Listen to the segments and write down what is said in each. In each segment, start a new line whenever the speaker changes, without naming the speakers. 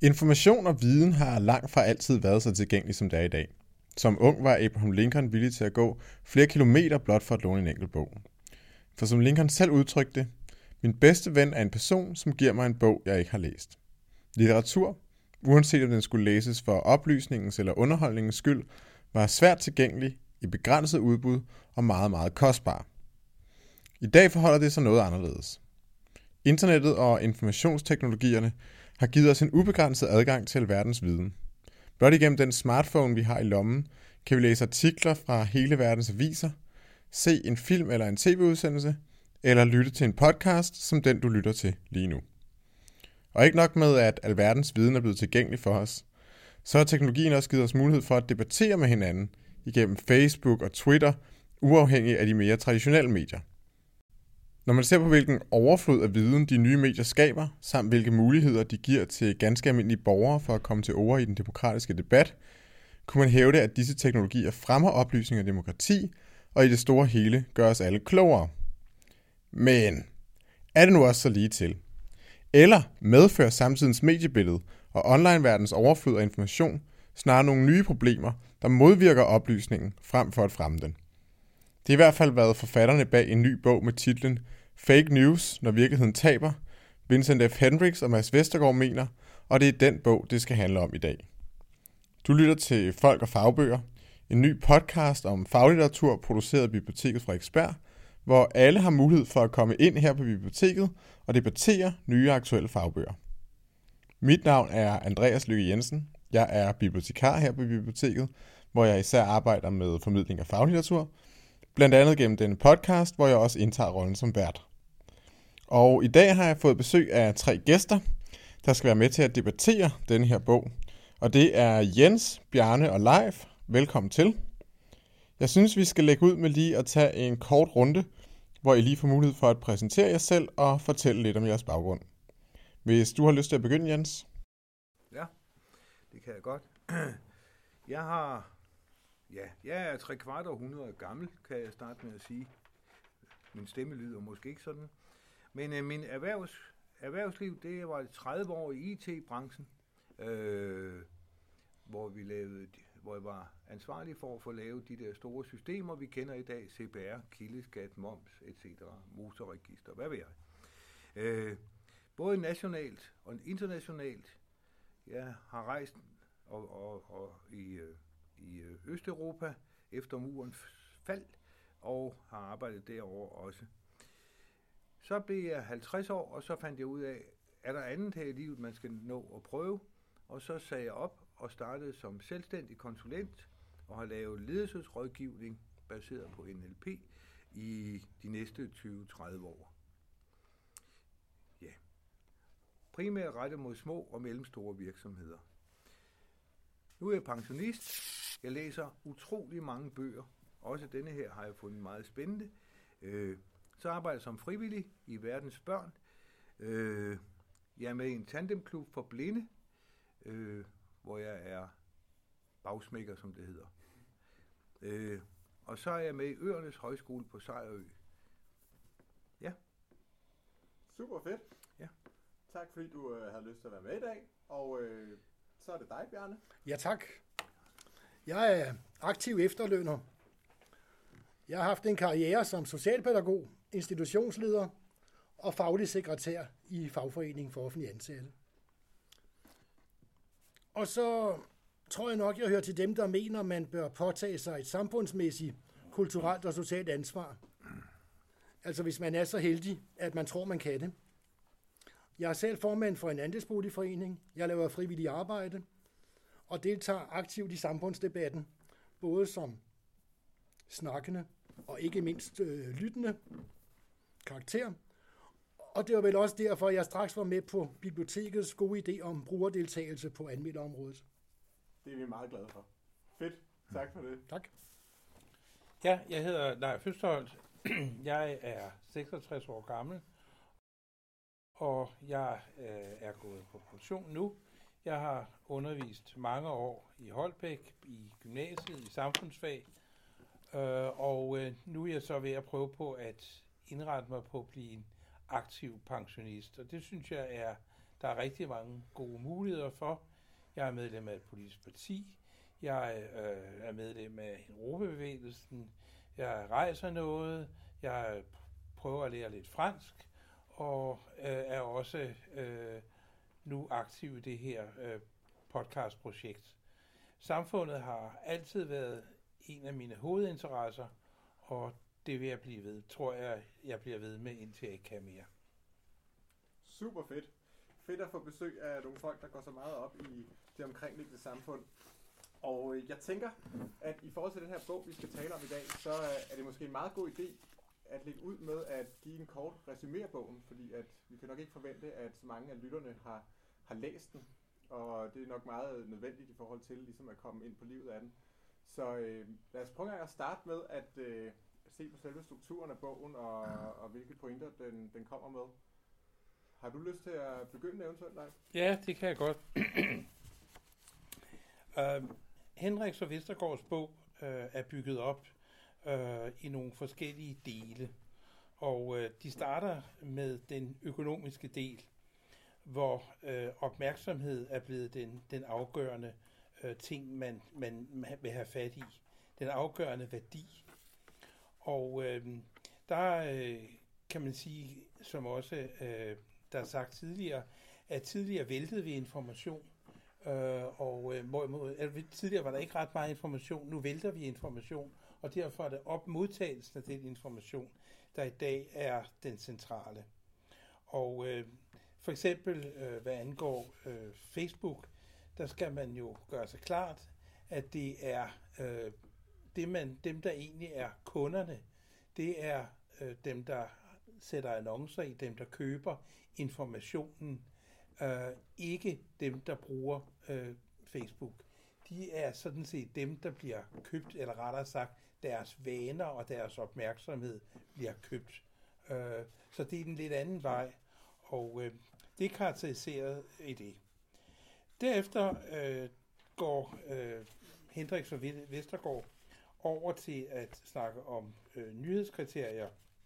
Information og viden har langt fra altid været så tilgængelig, som det er i dag. Som ung var Abraham Lincoln villig til at gå flere kilometer blot for at låne en enkelt bog. For som Lincoln selv udtrykte det, min bedste ven er en person, som giver mig en bog, jeg ikke har læst. Litteratur, uanset om den skulle læses for oplysningens eller underholdningens skyld, var svært tilgængelig, i begrænset udbud og meget, meget kostbar. I dag forholder det sig noget anderledes. Internettet og informationsteknologierne har givet os en ubegrænset adgang til alverdens viden. Blot igennem den smartphone, vi har i lommen, kan vi læse artikler fra hele verdens aviser, se en film eller en tv-udsendelse, eller lytte til en podcast, som den du lytter til lige nu. Og ikke nok med, at alverdens viden er blevet tilgængelig for os, så har teknologien også givet os mulighed for at debattere med hinanden igennem Facebook og Twitter, uafhængig af de mere traditionelle medier. Når man ser på, hvilken overflod af viden de nye medier skaber, samt hvilke muligheder de giver til ganske almindelige borgere for at komme til ord i den demokratiske debat, kunne man hævde, at disse teknologier fremmer oplysning og demokrati, og i det store hele gør os alle klogere. Men er det nu også så lige til? Eller medfører samtidens mediebillede og online-verdens overflod af information snarere nogle nye problemer, der modvirker oplysningen frem for at fremme den? Det har i hvert fald været forfatterne bag en ny bog med titlen Fake News, når virkeligheden taber, Vincent F. Hendricks og Mads Vestergaard mener, og det er den bog, det skal handle om i dag. Du lytter til Folk og Fagbøger, en ny podcast om faglitteratur produceret af Biblioteket Frederiksberg, hvor alle har mulighed for at komme ind her på biblioteket og debattere nye aktuelle fagbøger. Mit navn er Andreas Lykke Jensen. Jeg er bibliotekar her på biblioteket, hvor jeg især arbejder med formidling af faglitteratur, blandt andet gennem denne podcast, hvor jeg også indtager rollen som vært. Og i dag har jeg fået besøg af 3 gæster, der skal være med til at debattere denne her bog. Og det er Jens, Bjarne og Leif. Velkommen til. Jeg synes, vi skal lægge ud med lige at tage en kort runde, hvor I lige får mulighed for at præsentere jer selv og fortælle lidt om jeres baggrund. Hvis du har lyst til at begynde, Jens.
Ja, det kan jeg godt. Jeg er 3/4 århundrede gammel, kan jeg starte med at sige. Min stemme lyder måske ikke sådan. Men min erhvervsliv, det var 30 år i IT-branchen, hvor jeg var ansvarlig for at få lavet de der store systemer, vi kender i dag, CPR, kildeskat, moms, etc., motorregister, hvad ved jeg. Både nationalt og internationalt. Jeg har rejst i Østeuropa efter murens fald, og har arbejdet derovre også. Så blev jeg 50 år, og så fandt jeg ud af, er der andet her i livet, man skal nå at prøve? Og så sagde jeg op og startede som selvstændig konsulent, og har lavet ledelsesrådgivning baseret på NLP i de næste 20-30 år. Ja. Primært rettet mod små og mellemstore virksomheder. Nu er jeg pensionist. Jeg læser utrolig mange bøger. Også denne her har jeg fundet meget spændende. Så arbejder jeg som frivillig i Verdens Børn. Jeg er med i en tandemklub for blinde, hvor jeg er bagsmækker, som det hedder. Og så er jeg med i Øernes Højskole på Sejerø. Ja.
Super fedt.
Ja.
Tak fordi du havde lyst til at være med i dag. Og så er det dig, Bjarne.
Ja, tak. Jeg er aktiv efterlønner. Jeg har haft en karriere som socialpædagog, institutionsleder og faglig sekretær i Fagforeningen for Offentlige Ansatte. Og så tror jeg nok, jeg hører til dem, der mener, man bør påtage sig et samfundsmæssigt, kulturelt og socialt ansvar. Altså hvis man er så heldig, at man tror, man kan det. Jeg er selv formand for en andelsboligforening. Jeg laver frivillig arbejde og deltager aktivt i samfundsdebatten, både som snakkende og ikke mindst lyttende karakter. Og det var vel også derfor, jeg straks var med på bibliotekets gode idé om brugerdeltagelse på anmelderområdet.
Det er vi meget glade for. Fedt. Tak for det.
Tak.
Ja, jeg hedder Leif Østerholt. Jeg er 66 år gammel, og jeg er gået på pension nu. Jeg har undervist mange år i Holbæk, i gymnasiet, i samfundsfag, og nu er jeg så ved at prøve på at indrette mig på at blive en aktiv pensionist, og det synes jeg er der er rigtig mange gode muligheder for. Jeg er medlem af et politisk parti. Jeg er medlem af Europabevægelsen. Jeg rejser noget. Jeg prøver at lære lidt fransk. Og er også nu aktiv i det her podcastprojekt. Samfundet har altid været en af mine hovedinteresser, og det vil jeg blive ved. Tror jeg bliver ved med, indtil jeg ikke kan mere.
Super fedt. Fedt at få besøg af nogle folk, der går så meget op i det omkringliggende samfund. Og jeg tænker, at i forhold til den her bog, vi skal tale om i dag, så er det måske en meget god idé at lægge ud med at give en kort resumé af bogen, fordi at vi kan nok ikke forvente, at så mange af lytterne har læst den, og det er nok meget nødvendigt i forhold til ligesom at komme ind på livet af den. Så lad os prøve at starte med at se på selve strukturen af bogen og hvilke pointer den kommer med. Har du lyst til at begynde eventuelt, Leif?
Ja, det kan jeg godt. Henriks og Vestergaards bog er bygget op i nogle forskellige dele. Og de starter med den økonomiske del, hvor opmærksomhed er blevet den afgørende ting, man vil have fat i. Den afgørende værdi. Og der kan man sige, som også der er sagt tidligere, at tidligere væltede vi information. Tidligere var der ikke ret meget information, nu vælter vi information, og derfor er det modtagelsen af den information, der i dag er den centrale. Og for eksempel, hvad angår Facebook, der skal man jo gøre sig klart, at det er dem, der egentlig er kunderne, det er dem, der sætter annoncer i, dem, der køber informationen, ikke dem, der bruger Facebook. De er sådan set dem, der bliver købt, eller rettere sagt, deres vaner og deres opmærksomhed bliver købt. Så det er en lidt anden vej, og det er karakteriseret i det. Derefter går Hendriks og Vestergaard over til at snakke om nyhedskriterier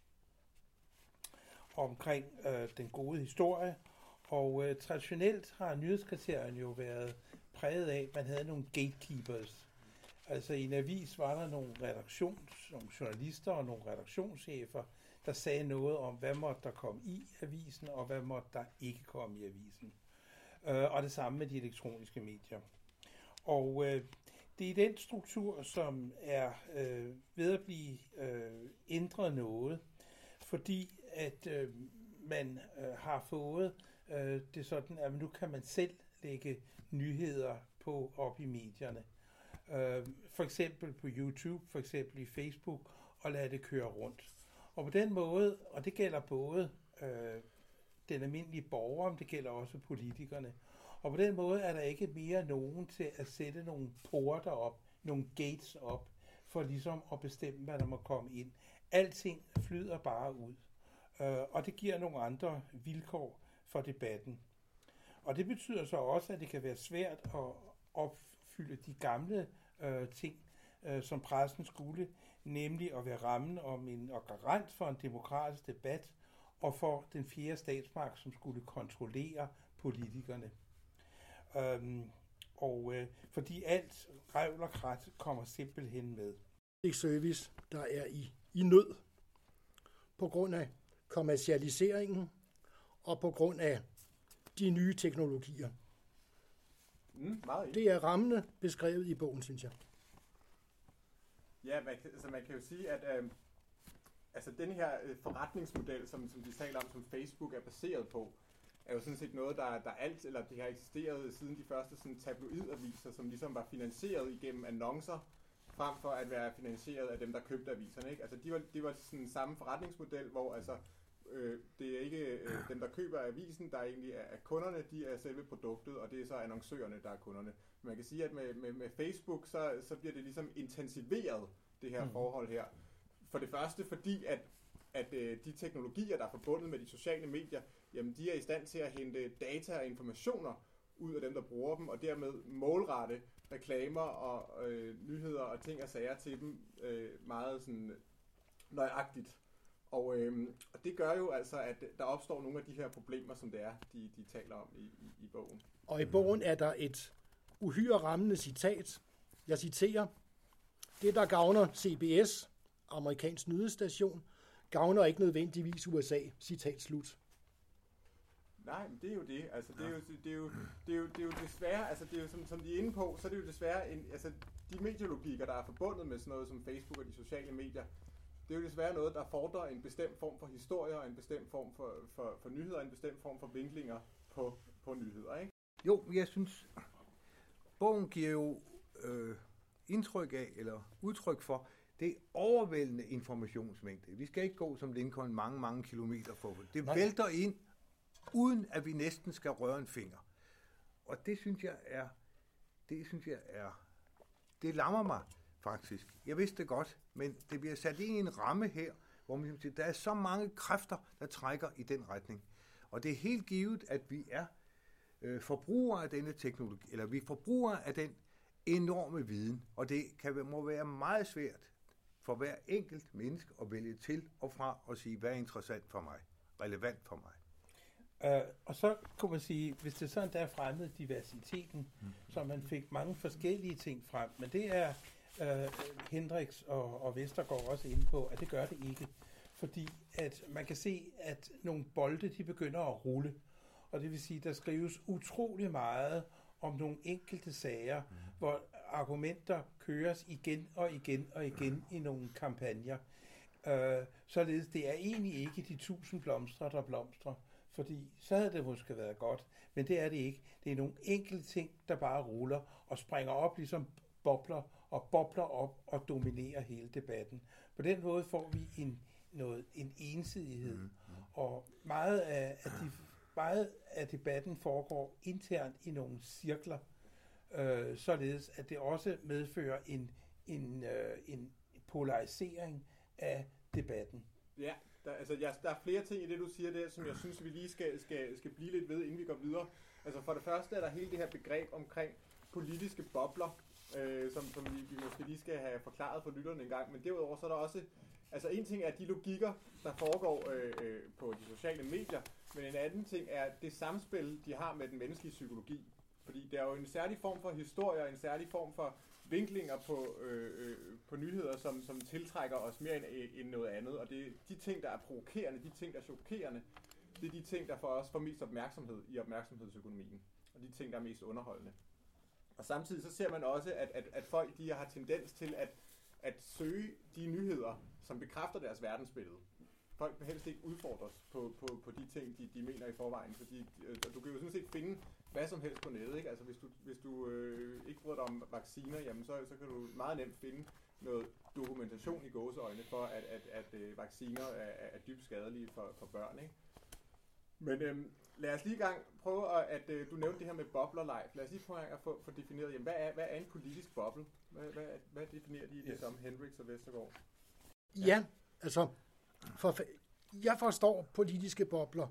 omkring den gode historie, og traditionelt har nyhedskriterierne jo været præget af, at man havde nogle gatekeepers. Altså i en avis var der nogle journalister og nogle redaktionschefer, der sagde noget om, hvad måtte der komme i avisen, og hvad måtte der ikke komme i avisen. Og det samme med de elektroniske medier. Og det er den struktur, som er ved at blive ændret noget, fordi at man har fået det sådan, at nu kan man selv lægge nyheder op i medierne. For eksempel på YouTube, for eksempel i Facebook, og lade det køre rundt. Og på den måde, og det gælder både den almindelige borger, men det gælder også politikerne. Og på den måde er der ikke mere nogen til at sætte nogle porter op, nogle gates op, for ligesom at bestemme, hvad der må komme ind. Alting flyder bare ud. Og det giver nogle andre vilkår for debatten. Og det betyder så også, at det kan være svært at opfylde de gamle ting, som pressen skulle, nemlig at være rammen om og garant for en demokratisk debat, og for den fjerde statsmagt, som skulle kontrollere politikerne. Fordi alt revl og krat kommer simpelthen med.
Service, der er i nød på grund af kommercialiseringen og på grund af de nye teknologier. Det er rammende beskrevet i bogen, synes jeg.
Ja, man kan jo sige, at den her forretningsmodel, som de taler om, som Facebook er baseret på, er jo sådan set noget, det har eksisteret siden de første sådan tabloidaviser, som ligesom var finansieret igennem annoncer, frem for at være finansieret af dem, der købte aviserne. Ikke? Altså, de var sådan samme forretningsmodel, hvor altså, det er ikke dem, der køber avisen, der egentlig er kunderne, de er selve produktet, og det er så annoncørerne, der er kunderne. Man kan sige, at med Facebook, så bliver det ligesom intensiveret, det her forhold her. For det første, fordi at de teknologier, der er forbundet med de sociale medier, jamen de er i stand til at hente data og informationer ud af dem, der bruger dem, og dermed målrette reklamer og nyheder og ting og sager til dem meget sådan nøjagtigt. Og det gør jo altså, at der opstår nogle af de her problemer, som det er, de taler om i bogen.
Og i bogen er der et uhyre rammende citat. Jeg citerer: "Det, der gavner CBS, amerikansk nyhedsstation, gavner ikke nødvendigvis USA." Citat slut.
Nej, men det er jo det. Altså, det er jo desværre, altså det er jo som de er inde på, så er det jo desværre altså de medielogikker, der er forbundet med sådan noget som Facebook og de sociale medier, det er jo desværre noget, der fordrer en bestemt form for historier, en bestemt form for nyheder, en bestemt form for vinklinger på nyheder, ikke?
Jo, jeg synes, bogen giver jo indtryk af, eller udtryk for, det overvældende informationsmængde. Vi skal ikke gå som Lincoln mange kilometer for det. Det vælter ind, uden at vi næsten skal røre en finger. Og det synes jeg er, det lammer mig faktisk. Jeg vidste det godt, men det bliver sat ind i en ramme her, hvor man siger, der er så mange kræfter, der trækker i den retning. Og det er helt givet, at vi er forbrugere af denne teknologi, eller vi er forbrugere af den enorme viden, og det må være meget svært for hver enkelt menneske at vælge til og fra og sige, hvad er interessant for mig, relevant for mig.
Og så kunne man sige, hvis det sådan der fremmede diversiteten, så man fik mange forskellige ting frem, men det er Hendricks og Vestergaard også inde på, at det gør det ikke. Fordi at man kan se, at nogle bolde, de begynder at rulle. Og det vil sige, der skrives utrolig meget om nogle enkelte sager, hvor argumenter køres igen og igen og igen i nogle kampagner. Således det er egentlig ikke de 1000 blomster, der blomstrer. Fordi så havde det måske været godt, men det er det ikke. Det er nogle enkelte ting, der bare ruller og springer op ligesom bobler op og dominerer hele debatten. På den måde får vi en ensidighed, og meget af debatten foregår internt i nogle cirkler, således at det også medfører en polarisering af debatten.
Ja, der er flere ting i det, du siger der, som jeg synes, vi lige skal blive lidt ved, inden vi går videre. Altså for det første er der hele det her begreb omkring politiske bobler, som vi måske lige skal have forklaret for lytterne en gang, men derudover så er der også, altså en ting er de logikker, der foregår på de sociale medier, men en anden ting er det samspil, de har med den menneskelige psykologi. Fordi der er jo en særlig form for historie og en særlig form for vinklinger på nyheder, som tiltrækker os mere end noget andet. Og det er de ting, der er provokerende, de ting, der er chokerende, det er de ting, der får mest opmærksomhed i opmærksomhedsøkonomien. Og de ting, der er mest underholdende. Og samtidig så ser man også, at folk de har tendens til at søge de nyheder, som bekræfter deres verdensbillede. Folk vil helst ikke udfordres på de ting, de mener i forvejen, fordi du kan jo sådan set finde hvad som helst på nettet, ikke? Altså hvis du ikke bryder dig om vacciner, jamen så kan du meget nemt finde noget dokumentation i gåseøjne for, at vacciner er dybt skadelige for børn, ikke? Men lad os lige i gang prøve at du nævnte det her med bobler, Leif. Lad os lige prøve at få defineret, jamen, hvad er en politisk boble? Hvad definerer de det som, Hendricks og Vestergaard?
Ja, altså jeg forstår politiske bobler,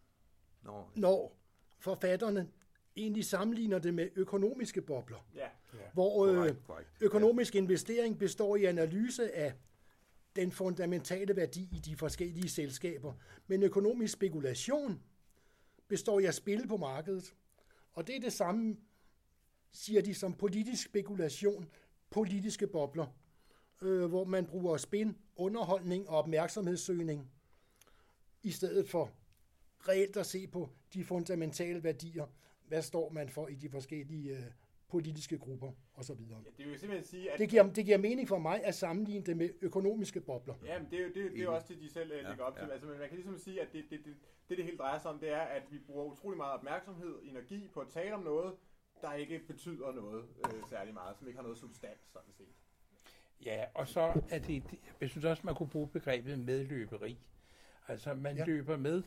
når forfatterne egentlig sammenligner det med økonomiske bobler, hvor økonomisk investering består i analyse af den fundamentale værdi i de forskellige selskaber, men økonomisk spekulation består i at spille på markedet, og det er det samme, siger de, som politisk spekulation, politiske bobler, hvor man bruger spin, underholdning og opmærksomhedssøgning, i stedet for reelt at se på de fundamentale værdier. Hvad står man for i de forskellige politiske grupper osv. Ja,
det vil simpelthen sige, at
det giver mening for mig at sammenligne det med økonomiske bobler.
Ja, men det er også det, de selv lægger op til. Altså, man kan ligesom sige, at det hele drejer sig om, det er, at vi bruger utrolig meget opmærksomhed, energi på at tale om noget, der ikke betyder noget særlig meget, som ikke har noget substans, sådan set.
Ja, og så er det, jeg synes også, man kunne bruge begrebet medløberi. Altså, man løber med.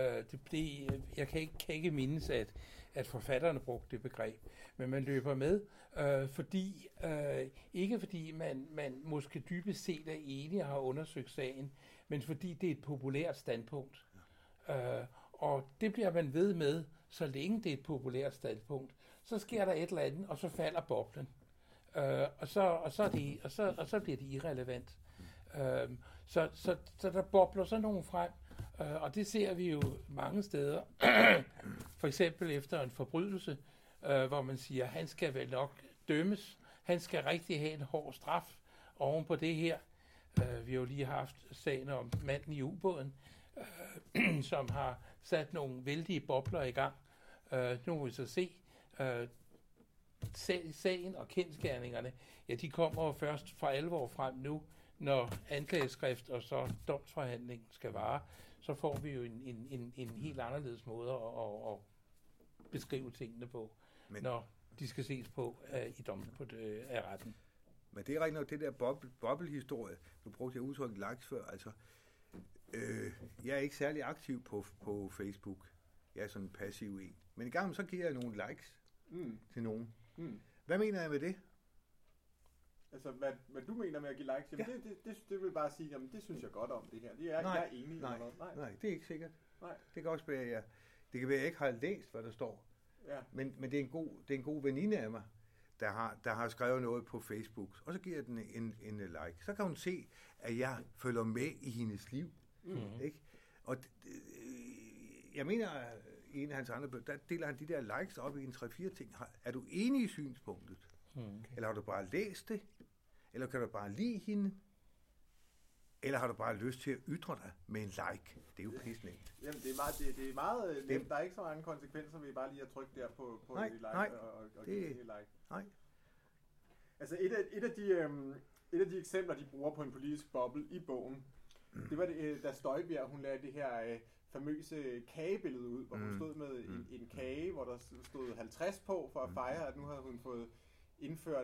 Jeg kan ikke mindes, at forfatterne brugte det begreb, men man løber med, ikke fordi man måske dybest set er enig og har undersøgt sagen, men fordi det er et populært standpunkt. Og det bliver man ved med, så længe det er et populært standpunkt. Så sker der et eller andet, og så falder boblen. Og så bliver det irrelevant. Så der bobler sådan nogle frem, og det ser vi jo mange steder. For eksempel efter en forbrydelse, hvor man siger, han skal vel nok dømmes, han skal rigtig have en hård straf oven på det her. Vi har jo lige haft sagen om manden i ubåden, som har sat nogle vældige bobler i gang. Nu må vi så se, sagen og kendsgerningerne, ja, de kommer jo først for alvor frem nu, når anklageskrift og så domsforhandling skal vare, så får vi jo en helt anderledes måde at beskrive tingene på, når de skal ses på af retten.
Men det er rigtig nok det der bobbelhistorie. Nu brugte jeg udtrykket likes før. Altså, jeg er ikke særlig aktiv på Facebook. Jeg er sådan en passiv en. Men i gang så giver jeg nogle likes til nogen. Hvad mener jeg med det?
Altså, hvad du mener med at give likes? Jamen, det vil bare sige, jamen, det synes jeg godt om det her. Jeg er enig.
Nej, det er ikke sikkert.
Nej.
Det kan også være, det kan være, at jeg ikke har læst, hvad der står. Ja. Men det er en god veninde af mig, der har skrevet noget på Facebook, og så giver jeg den en like. Så kan hun se, at jeg følger med i hendes liv. Ikke? Og jeg mener, en af hans andre bøger, der deler han de der likes op i en 3-4 ting. Er du enig i synspunktet? Eller har du bare læst det? Eller kan du bare lide hende? Eller har du bare lyst til at ytre dig med en like? Det er jo pisnemt.
Jamen, det er meget nemt. Der er ikke så mange konsekvenser ved bare lige at trykke der på et like og give et like. Nej. Altså, et af de eksempler, de bruger på en politisk boble i bogen, det var da Støjbjerg, hun lavede det her famøse kagebillede ud, hvor hun stod med en kage, hvor der stod 50 på, for at fejre, at nu havde hun fået indført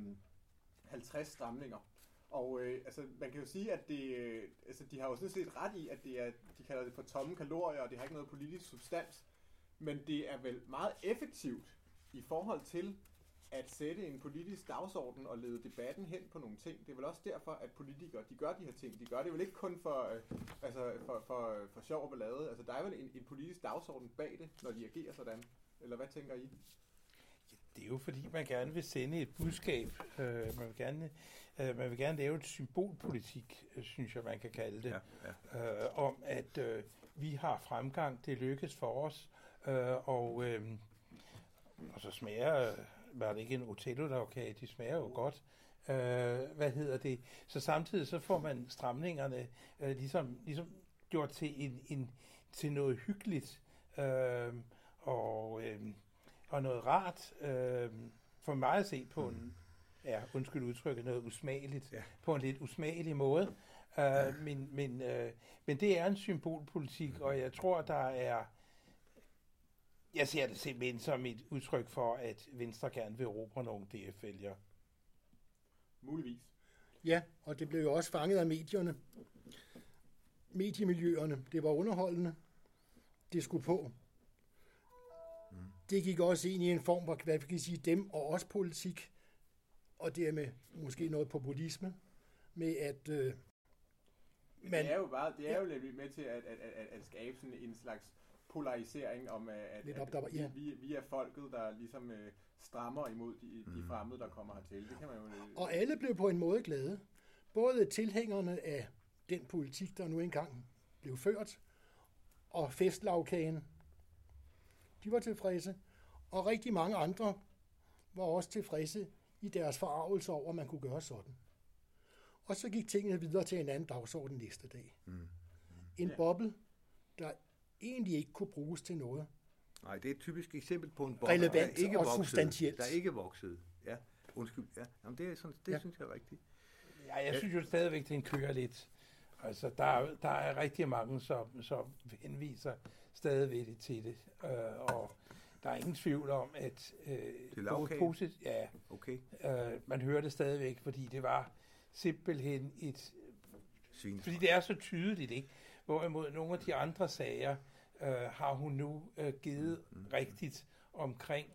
50 stramninger. Og man kan jo sige, at de har jo sådan set ret i, at de kalder det for tomme kalorier, og det har ikke noget politisk substans. Men det er vel meget effektivt i forhold til at sætte en politisk dagsorden og lede debatten hen på nogle ting. Det er vel også derfor, at politikere, de gør de her ting. De gør det vel ikke kun for sjov og ballade. Altså, der er vel en politisk dagsorden bag det, når de agerer sådan. Eller hvad tænker I?
Det er jo fordi, man gerne vil sende et budskab. Man vil gerne lave et symbolpolitik, synes jeg, man kan kalde det. Ja. Om at vi har fremgang, det lykkes for os. Og så smager, var det ikke en Otello-lavkage, de smager jo godt. Så samtidig så får man stramningerne ligesom gjort til noget hyggeligt. Og noget rart for mig at se på undskyld udtrykket, noget usmageligt, på en lidt usmagelig måde. Men det er en symbolpolitik, og jeg tror, jeg ser det simpelthen som et udtryk for, at Venstre gerne vil erobre nogle DF-vælgere.
Muligvis.
Ja, og det blev jo også fanget af mediemiljøerne. Det var underholdende. Det skulle på. Det gik også ind i en form for, hvad vi kan sige, dem og os politik, og dermed måske noget populisme, med at
det er jo lidt med til at skabe sådan en slags polarisering om, at vi er folket, der ligesom strammer imod de fremmede, der kommer hertil. Det kan man jo...
Og alle blev på en måde glade. Både tilhængerne af den politik, der nu engang blev ført, og festlagkagen, de var tilfredse, og rigtig mange andre var også tilfredse i deres forarvelse over, at man kunne gøre sådan. Og så gik tingene videre til en anden dagsorden næste dag. En boble, der egentlig ikke kunne bruges til noget.
Nej, det er et typisk eksempel på en boble,
relevant og substantielt.
Der ikke voksede. Ja, undskyld. Ja. Jamen, det er sådan, synes jeg er rigtigt.
Ja, jeg synes jo stadigvæk, den kører lidt. Altså, der er rigtig mange, som henviser stadigvæk til det. Og der er ingen tvivl om, at man hører det stadigvæk, fordi det var simpelthen fordi det er så tydeligt, ikke? Hvorimod nogle af de andre sager har hun nu givet rigtigt omkring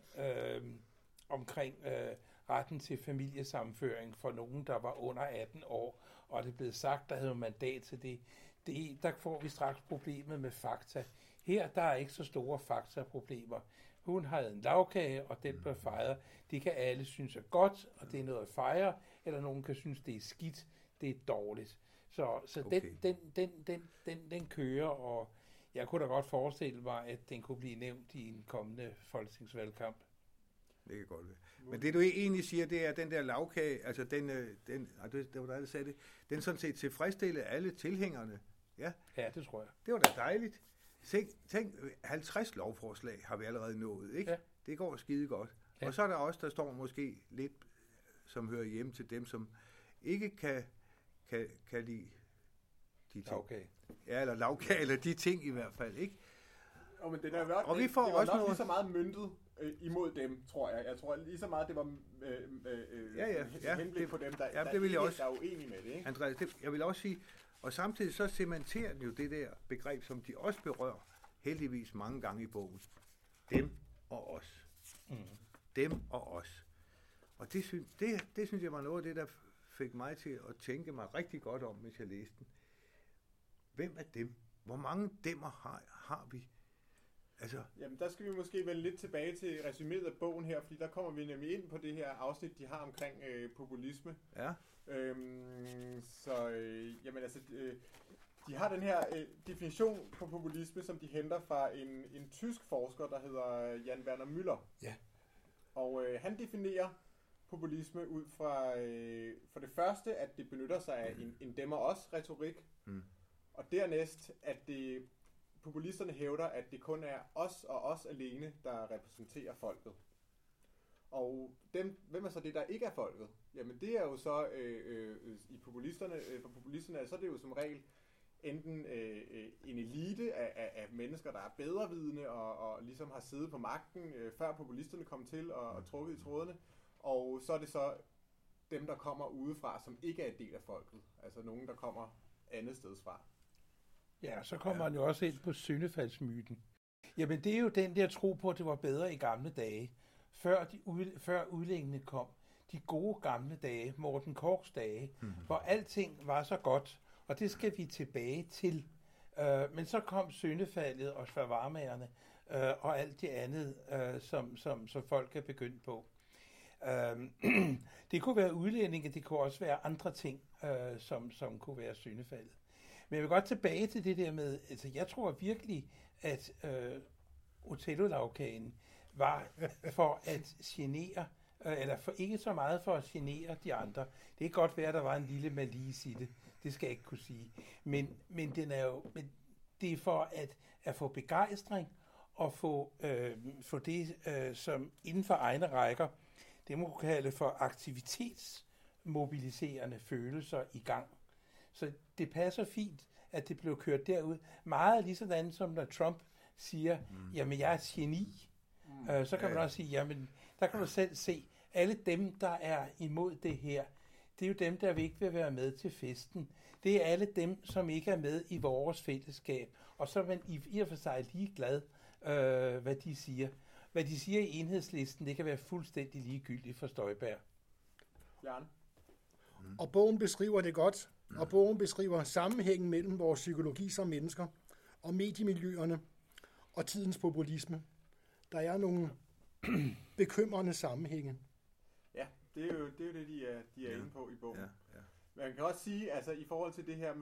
retten til familiesammenføring for nogen, der var under 18 år, og det er blevet sagt, der havde mandat til det. Der får vi straks problemet med fakta. Her, der er ikke så store faktaproblemer. Hun havde en lagkage, og den blev fejret. Det kan alle synes er godt, og det er noget at fejre, eller nogen kan synes, det er skidt, det er dårligt. Så
Okay.
den kører, og jeg kunne da godt forestille mig, at den kunne blive nævnt i en kommende folketingsvalgkamp.
Det kan godt være. Men det du egentlig siger, det er, at den der lavkage, altså det var dig, der sagde det, den sådan set tilfredsstiller alle tilhængerne. Ja,
Ja, det tror jeg.
det var da dejligt. Tænk 50 lovforslag har vi allerede nået, ikke?
Ja.
Det går skide godt.
Ja.
Og så er der også, der står måske lidt, som hører hjem til dem, som ikke kan lide de ting.
Okay.
Ja, eller lavkage, eller de ting i hvert fald, ikke?
Men den er nok,
Og vi får
det var
også
nok
noget-
lige så meget møntet imod dem, tror jeg. Jeg tror lige så meget, det var henblik på dem, der,
det vil jeg også.
der er uenige med det, ikke?
Andreas, jeg vil også sige, og samtidig så cementerer den jo det der begreb, som de også berører heldigvis mange gange i bogen. Dem og os. Dem og os. Og det synes jeg var noget af det, der fik mig til at tænke mig rigtig godt om, hvis jeg læste den. Hvem er dem? Hvor mange demmer har vi? Altså,
Jamen, der skal vi måske vende lidt tilbage til resuméet af bogen her, fordi der kommer vi nemlig ind på det her afsnit, de har omkring populisme.
ja.
Jamen altså, de har den her definition på populisme, som de henter fra en tysk forsker, der hedder Jan Werner Müller.
Ja.
Og han definerer populisme ud fra for det første, at det benytter sig af en dem og os retorik, og dernæst, at populisterne hævder, at det kun er os og os alene, der repræsenterer folket. Og hvem er så det, der ikke er folket? Jamen det er jo så i populisterne, for populisterne så er det jo som regel enten en elite af mennesker, der er bedrevidende og ligesom har siddet på magten, før populisterne kom til og trukket i trådene. Og så er det så dem, der kommer udefra, som ikke er en del af folket. Altså nogen, der kommer andet steds fra.
Ja, så kommer man jo også ind på syndefaldsmyten. Jamen, det er jo den der tro på, at det var bedre i gamle dage, før udlændingene kom. De gode gamle dage, Morten Korchs dage, hvor alting var så godt, og det skal vi tilbage til. Men så kom syndefaldet og svarvarmagerne og alt det andet, som folk er begyndt på. Det kunne være udlændinge, det kunne også være andre ting, som kunne være syndefaldet. Men jeg vil godt tilbage til det der med, altså jeg tror virkelig, at Othello-lagkagen var for at genere, eller for ikke så meget for at genere de andre. Det kan godt være, at der var en lille malice i det. Det skal jeg ikke kunne sige. Men det er for at få begejstring og få det, som inden for egne rækker, det må kunne kalde for aktivitetsmobiliserende følelser i gang. Så det passer fint, at det blev kørt derud. Meget ligesom som når Trump siger, jamen jeg er et geni. Så kan man også sige, jamen der kan du selv se, alle dem, der er imod det her, det er jo dem, der ikke vil være med til festen. Det er alle dem, som ikke er med i vores fællesskab. Og så er man i og for sig ligeglad, hvad de siger. Hvad de siger i Enhedslisten, det kan være fuldstændig ligegyldigt for Støjberg.
Jan?
Og bogen beskriver det godt, og bogen beskriver sammenhængen mellem vores psykologi som mennesker og mediemiljøerne og tidens populisme. Der er nogle bekymrende sammenhænge.
Ja, det er jo det, de er inde på i bogen.
Ja.
Man kan også sige, altså i forhold til det her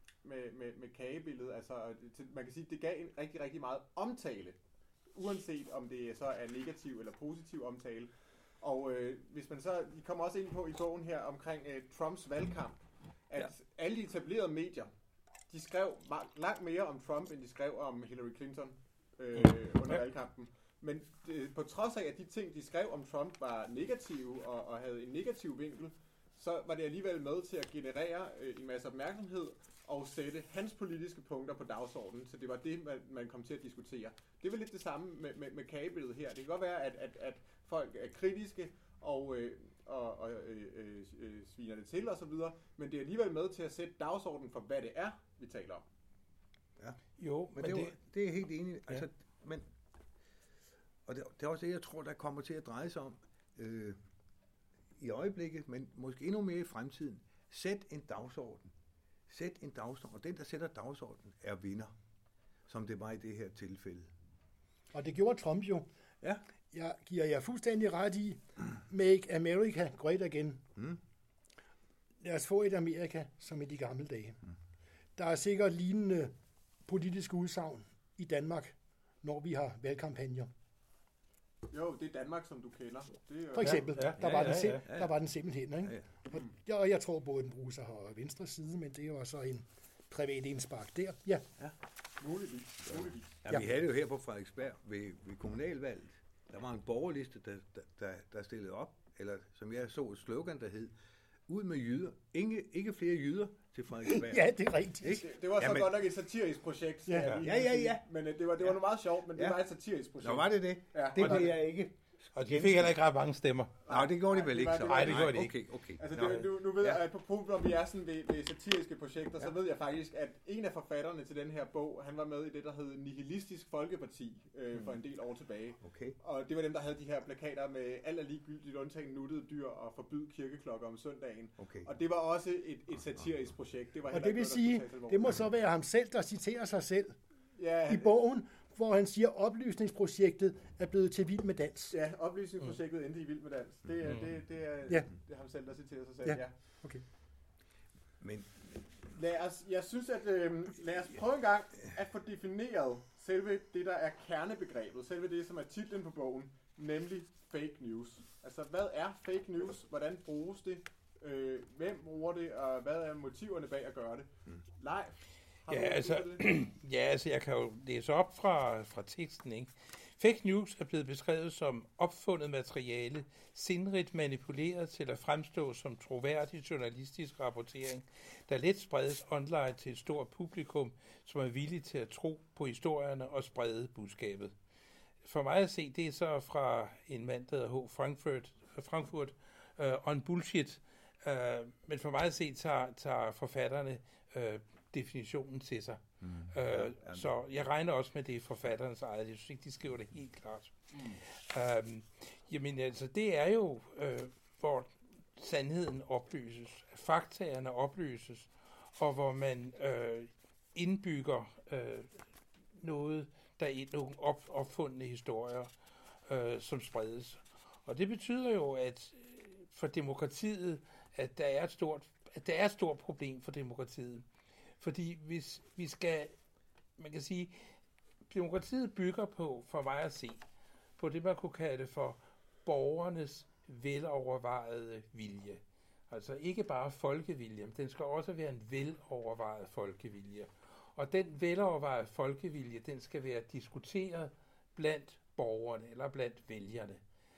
med kagebilledet, altså man kan sige, at det gav en rigtig, rigtig meget omtale, uanset om det så er negativ eller positiv omtale. Og hvis man så, de kommer også ind på i bogen her omkring Trumps valgkamp, at alle de etablerede medier, de skrev langt mere om Trump, end de skrev om Hillary Clinton under valgkampen. Men på trods af, at de ting, de skrev om Trump, var negative og havde en negativ vinkel, så var det alligevel med til at generere en masse opmærksomhed og sætte hans politiske punkter på dagsordenen, så det var det, man kom til at diskutere. Det er vel lidt det samme med kagebilledet her. Det kan godt være, at folk er kritiske og sviner det til osv., men det er alligevel med til at sætte dagsordenen for, hvad det er, vi taler om.
Ja.
Jo,
Men det er helt enig. Altså, og det er også det, jeg tror, der kommer til at dreje sig om i øjeblikket, men måske endnu mere i fremtiden. Sæt en dagsorden. Og den, der sætter dagsordenen, er vinder, som det var i det her tilfælde.
Og det gjorde Trump jo.
Ja.
Jeg giver jer fuldstændig ret i, Make America Great Again. lad os få et Amerika, som i de gamle dage. Der er sikkert lignende politiske udsagn i Danmark, når vi har valgkampagner.
Jo, det er Danmark, som du kender. Det er,
For eksempel, der var den simpelthen. Ikke? Og jeg tror både, den bruger sig højre og venstre side, men det var så en privat indspark der. Ja.
Muligvis.
Ja, vi havde det jo her på Frederiksberg ved kommunalvalget. Der var en borgerliste, der stillede op, eller som jeg så et slogan, der hed, ud med jyder. Ikke flere jyder til Frederiksberg.
Ja, det er rigtigt.
Det var så godt nok et satirisk projekt.
Ja.
Men det var noget meget sjovt, men det var et satirisk projekt.
Nå, var det det?
Ja.
Det vil jeg ikke.
Og de fik heller ikke ret mange stemmer.
Nej, det gjorde de vel ikke så.
Nej, det gjorde de ikke.
Okay.
Altså, nu ved jeg, at på punkt, hvor vi er sådan ved satiriske projekter, så ved jeg faktisk, at en af forfatterne til den her bog, han var med i det, der hed Nihilistisk Folkeparti for en del år tilbage.
Okay.
Og det var dem, der havde de her plakater med alt er ligegyldigt, undtagen nuttede dyr og forbyd kirkeklokker om søndagen. Okay. Og det var også et satirisk projekt. Det var
og det vil sige, det må så være ham selv, der citerer sig selv
i
bogen, hvor han siger, at oplysningsprojektet er blevet til Vild med Dans.
Ja, oplysningsprojektet endte i Vild med Dans. Det er ham selv, der citerer sig selv. Ja.
Okay.
Men
jeg synes, at lad os prøve en gang at få defineret selve det, der er kernebegrebet, selve det, som er titlen på bogen, nemlig fake news. Altså, hvad er fake news? Hvordan bruges det? Hvem bruger det? Og hvad er motiverne bag at gøre det?
Altså, jeg kan jo læse op fra teksten, ikke? Fake news er blevet beskrevet som opfundet materiale, sindrigt manipuleret til at fremstå som troværdig journalistisk rapportering, der let spredes online til et stort publikum, som er villig til at tro på historierne og sprede budskabet. For mig at se, det er så fra en mand, der hedder H. Frankfurt on bullshit, men for mig at se, tager forfatterne definitionen til sig. Så jeg regner også med, det er forfatterens eget. Jeg synes ikke, de skriver det helt klart. Jamen altså, det er jo, hvor sandheden oplyses, faktaerne oplyses, og hvor man indbygger noget, der er nogle opfundne historier, som spredes. Og det betyder jo, at for demokratiet, at der er et stort problem for demokratiet. Fordi hvis vi skal, man kan sige, demokratiet bygger på, for mig at se, på det, man kunne kalde for borgernes velovervejede vilje. Altså ikke bare folkevilje, men den skal også være en velovervejet folkevilje. Og den velovervejede folkevilje, den skal være diskuteret blandt borgerne eller blandt vælgerne.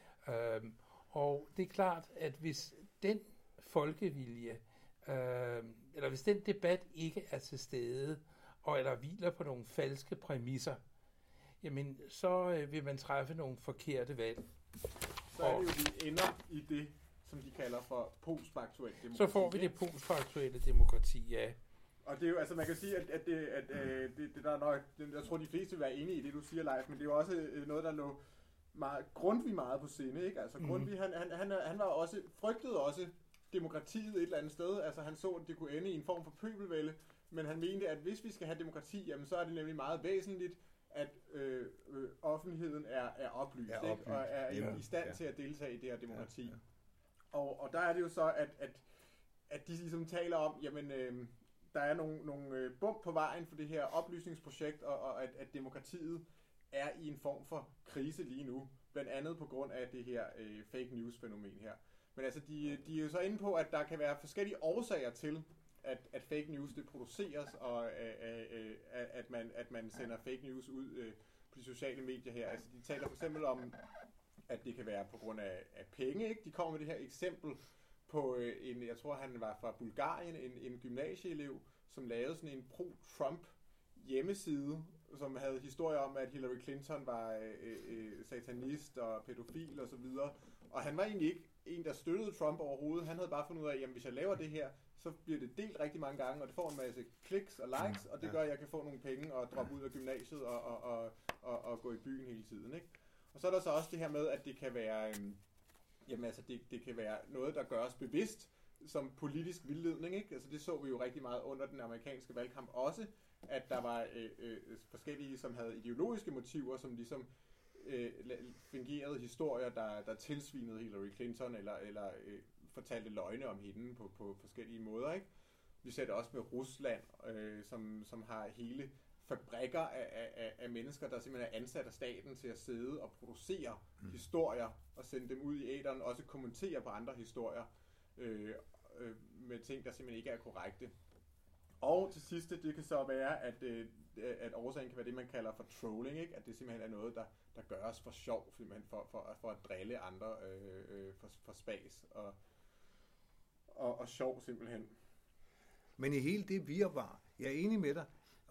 Og det er klart, at hvis den folkevilje, eller hvis den debat ikke er til stede, eller hviler på nogle falske præmisser, jamen så vil man træffe nogle forkerte valg.
Så er det jo, vi ender i det, som de kalder for postfaktuelt demokrati.
Så får vi det postfaktuelle demokrati, ja.
Og det er jo, altså man kan sige, at det der er nok, jeg tror de fleste vil være enige i det, du siger, Leif, men det er jo også noget, der lå Grundtvig meget på sinde, ikke? Altså Grundtvig, han var også, frygtede også demokratiet et eller andet sted, altså han så, at det kunne ende i en form for pøbelvælde, men han mente, at hvis vi skal have demokrati, jamen så er det nemlig meget væsentligt, at offentligheden er oplyst, ikke? Og er i stand til at deltage i det her demokrati. Ja. Og der er det jo så, at de ligesom taler om, jamen der er nogle bump på vejen for det her oplysningsprojekt, og at demokratiet er i en form for krise lige nu, blandt andet på grund af det her fake news fænomen her. Men altså, de er jo så inde på, at der kan være forskellige årsager til, at fake news det produceres, og at man sender fake news ud på de sociale medier her. Altså, de taler for eksempel om, at det kan være på grund af penge, ikke? De kommer med det her eksempel på jeg tror han var fra Bulgarien, en gymnasieelev, som lavede sådan en pro-Trump hjemmeside, som havde historier om, at Hillary Clinton var satanist og pædofil og så videre. Og han var egentlig ikke en, der støttede Trump overhovedet. Han havde bare fundet ud af, jamen hvis jeg laver det her, så bliver det delt rigtig mange gange, og det får en masse kliks og likes, og det gør, at jeg kan få nogle penge og droppe ud af gymnasiet og gå i byen hele tiden, ikke? Og så er der så også det her med, at det kan være, jamen altså det kan være noget, der gøres bevidst som politisk vildledning, ikke? Altså det så vi jo rigtig meget under den amerikanske valgkamp også, at der var forskellige, som havde ideologiske motiver, som ligesom fingerede historier, der tilsvinede Hillary Clinton, eller fortalte løgne om hende på forskellige måder, ikke? Vi ser det også med Rusland, som har hele fabrikker af mennesker, der simpelthen er ansat af staten til at sidde og producere historier og sende dem ud i æteren, også kommentere på andre historier med ting, der simpelthen ikke er korrekte. Og til sidste, det kan så være, at årsagen kan være det, man kalder for trolling, ikke? At det simpelthen er noget, der gøres for sjov, simpelthen for at drille andre for spas og sjov simpelthen.
Men i hele det virvar, jeg er enig med dig,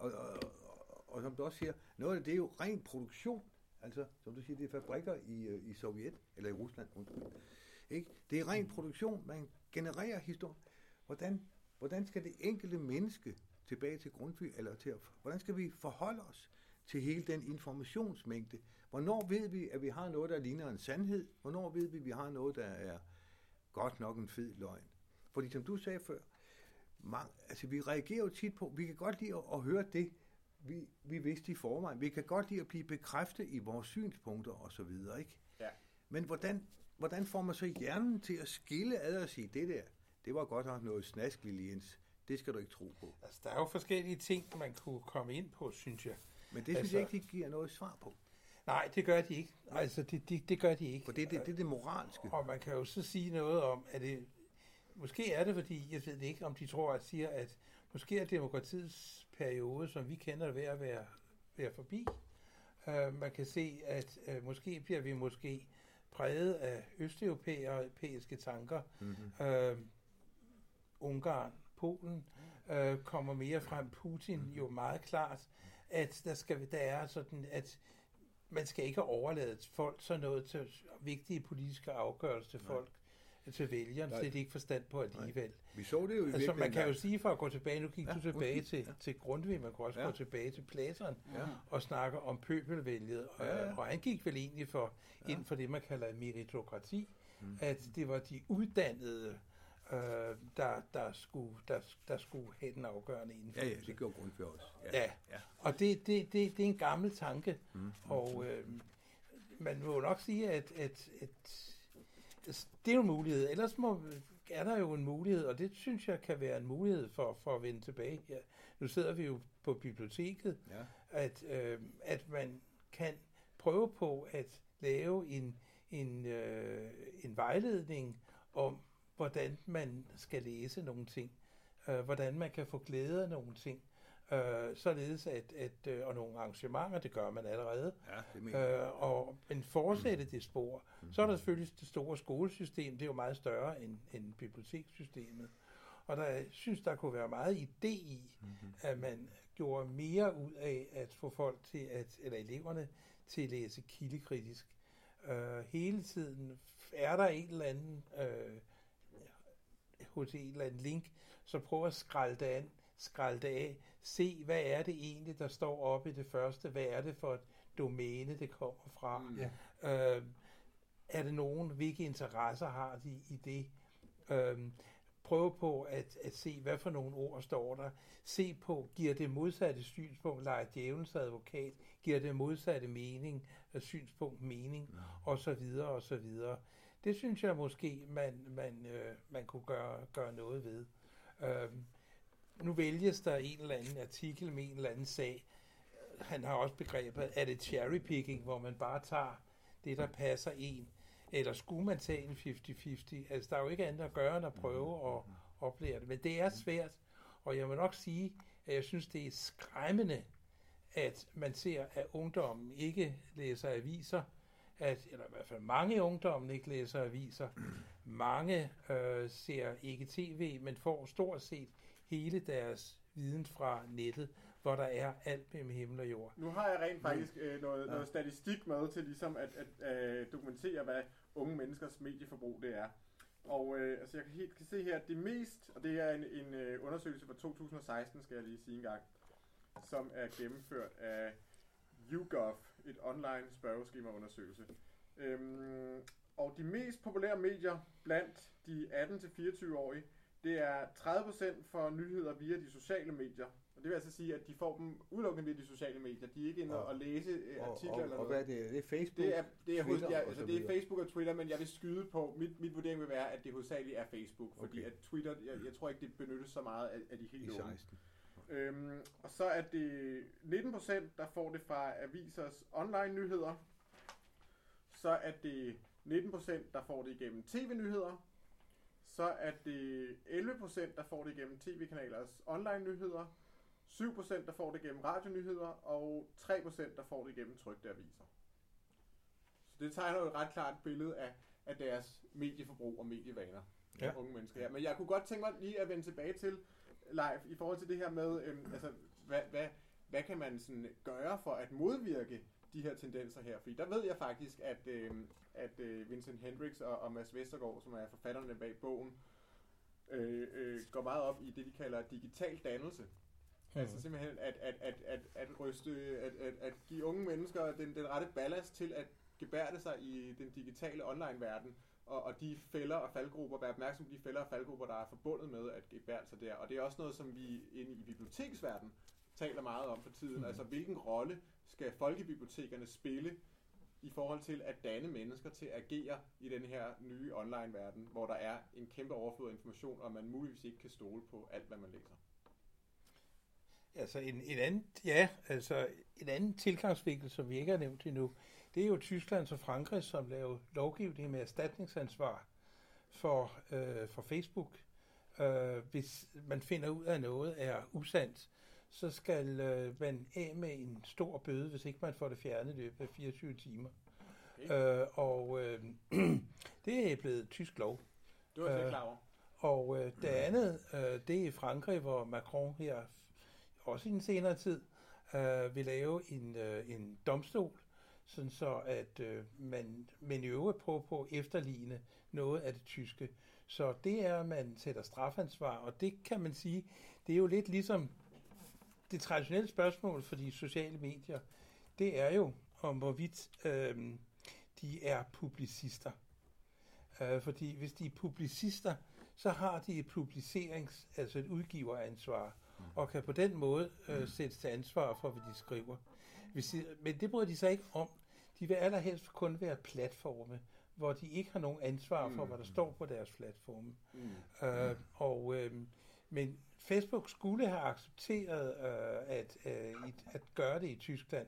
og som du også siger, noget af det er jo ren produktion. Altså, som du siger, det er fabrikker i Sovjet, eller i Rusland. Ikke? Det er ren produktion, man genererer historie. Hvordan skal det enkelte menneske tilbage til Grundtvig, hvordan skal vi forholde os til hele den informationsmængde? Hvornår ved vi, at vi har noget, der ligner en sandhed? Hvornår ved vi, at vi har noget, der er godt nok en fed løgn? Fordi som du sagde før, vi reagerer jo tit på, vi kan godt lide at høre det, vi vidste i forvejen. Vi kan godt lide at blive bekræftet i vores synspunkter og så videre, ikke?
Ja.
Men hvordan får man så hjernen til at skille ad og sige, det var godt nok noget snask, Jens. Det skal du ikke tro på.
Altså, der er jo forskellige ting, man kunne komme ind på, synes jeg.
Men det synes jeg ikke, de giver noget svar på.
Nej, det gør de ikke. Altså, det gør de ikke.
For det er det moralske.
Og man kan jo så sige noget om, at det... Måske er det, fordi, jeg ved ikke, om de tror, at måske er demokratiets periode, som vi kender det, ved at være forbi. Man kan se, at måske bliver vi præget af østeuropæiske tanker. Mm-hmm. Ungarn, Polen kommer mere frem. Putin jo meget klart, at der er sådan, at man skal ikke overlade folk sådan noget til vigtige politiske afgørelser til folk. Til vælgerne, det er det ikke forstand på alligevel.
Vi så det jo i
altså, man kan jo sige, for at gå tilbage, nu gik du tilbage til Grundtvig, man kan også gå tilbage til Platon og snakke om pøbelvælget, og han gik vel egentlig ind for det, man kalder meritokrati, at det var de uddannede, der skulle have den afgørende indflydelse.
Ja, det gjorde Grundtvig også.
Ja. Og det er en gammel tanke, og man må jo nok sige, at det er jo en mulighed. Ellers er der jo en mulighed, og det synes jeg kan være en mulighed for at vende tilbage. Ja. Nu sidder vi jo på biblioteket, at man kan prøve på at lave en vejledning om, hvordan man skal læse nogle ting, hvordan man kan få glæde af nogle ting, således og nogle arrangementer, det gør man allerede, men fortsætte det spor. Så er der selvfølgelig det store skolesystem, det er jo meget større end bibliotekssystemet, og der synes, der kunne være meget idé i, at man gjorde mere ud af at få folk til eller eleverne til at læse kildekritisk. Hele tiden er der en eller anden hos en eller anden link, så prøv at skralde det af, se, hvad er det egentlig, der står oppe i det første, hvad er det for et domæne, det kommer fra, er det nogen, hvilke interesser har de i det, prøv på at se, hvad for nogle ord står der, se på, giver det modsatte synspunkt, leger djævelens advokat, giver det modsatte mening, synspunkt mening, og så videre, og så videre. Det synes jeg måske, man kunne gøre noget ved. Nu vælges der en eller anden artikel med en eller anden sag. Han har også begrebet, er det cherrypicking, hvor man bare tager det, der passer en, eller skulle man tage en 50-50? Altså, der er jo ikke andet at gøre, end at prøve at oplære det. Men det er svært, og jeg må nok sige, at jeg synes, det er skræmmende, at man ser, at ungdommen ikke læser aviser, eller i hvert fald mange i ungdommen ikke læser aviser. Mange ser ikke tv, men får stort set hele deres viden fra nettet, hvor der er alt mellem himmel og jord.
Nu har jeg rent faktisk noget statistik med til ligesom at dokumentere, hvad unge menneskers medieforbrug det er. Og altså jeg kan se her, at det mest, og det er en undersøgelse fra 2016, skal jeg lige sige en gang, som er gennemført af YouGov, et online spørgeskemaundersøgelse. Og de mest populære medier blandt de 18-24-årige, det er 30% for nyheder via de sociale medier, Og det vil altså sige, at de får dem udelukkende ved de sociale medier. De er ikke inde og læse artikler eller noget.
Og hvad er det? Det er Facebook,
det er Facebook og Twitter, men jeg vil skyde på, mit vurdering vil være, at det hovedsageligt er Facebook, fordi at Twitter, jeg tror ikke, det benyttes så meget af de helt unge. Og så er det 19%, der får det fra avisers online nyheder. Så er det 19%, der får det igennem tv-nyheder. Så er det 11%, der får det igennem tv-kanalers online nyheder. 7%, der får det gennem radionyheder, og 3%, der får det gennem trykte aviser. Så det tegner jo et ret klart billede af deres medieforbrug og medievaner. Ja. Unge mennesker. Ja. Men jeg kunne godt tænke mig lige at vende tilbage til, Leif, i forhold til det her med, hvad kan man sådan gøre for at modvirke de her tendenser her? Fordi der ved jeg faktisk, at Vincent Hendricks og Mads Vestergaard, som er forfatterne bag bogen, går meget op i det, de kalder digital dannelse. Altså simpelthen at give unge mennesker den rette ballast til at gebærde sig i den digitale online-verden, og de fælder og faldgrupper, være opmærksom på de fælder og faldgrupper, der er forbundet med at gebærde sig der. Og det er også noget, som vi inde i biblioteksverdenen taler meget om for tiden. Altså hvilken rolle skal folkebibliotekerne spille i forhold til at danne mennesker til at agere i den her nye online-verden, hvor der er en kæmpe overflod af information, og man muligvis ikke kan stole på alt, hvad man læser.
Altså en anden tilgangsvinkel, som vi ikke har nævnt endnu, det er jo Tyskland og Frankrig, som laver lovgivning med erstatningsansvar for Facebook. Hvis man finder ud af noget er usandt, så skal man af med en stor bøde, hvis ikke man får det fjernet i løbet af 24 timer. Okay. Det er blevet tysk lov.
Det var jeg klar over.
Og det andet, det er i Frankrig, hvor Macron her, også i den senere tid, vil lave en domstol, sådan så at man i øvrigt prøver på at efterligne noget af det tyske. Så det er, at man sætter strafansvar, og det kan man sige, det er jo lidt ligesom det traditionelle spørgsmål for de sociale medier, det er jo om hvorvidt de er publicister. Fordi hvis de er publicister, så har de et altså et udgiveransvar, og kan på den måde sættes til ansvar for, hvad de skriver. Men det bryder de sig ikke om. De vil allerhelst kun være platforme, hvor de ikke har nogen ansvar for, hvad der står på deres platforme. Men Facebook skulle have accepteret at gøre det i Tyskland.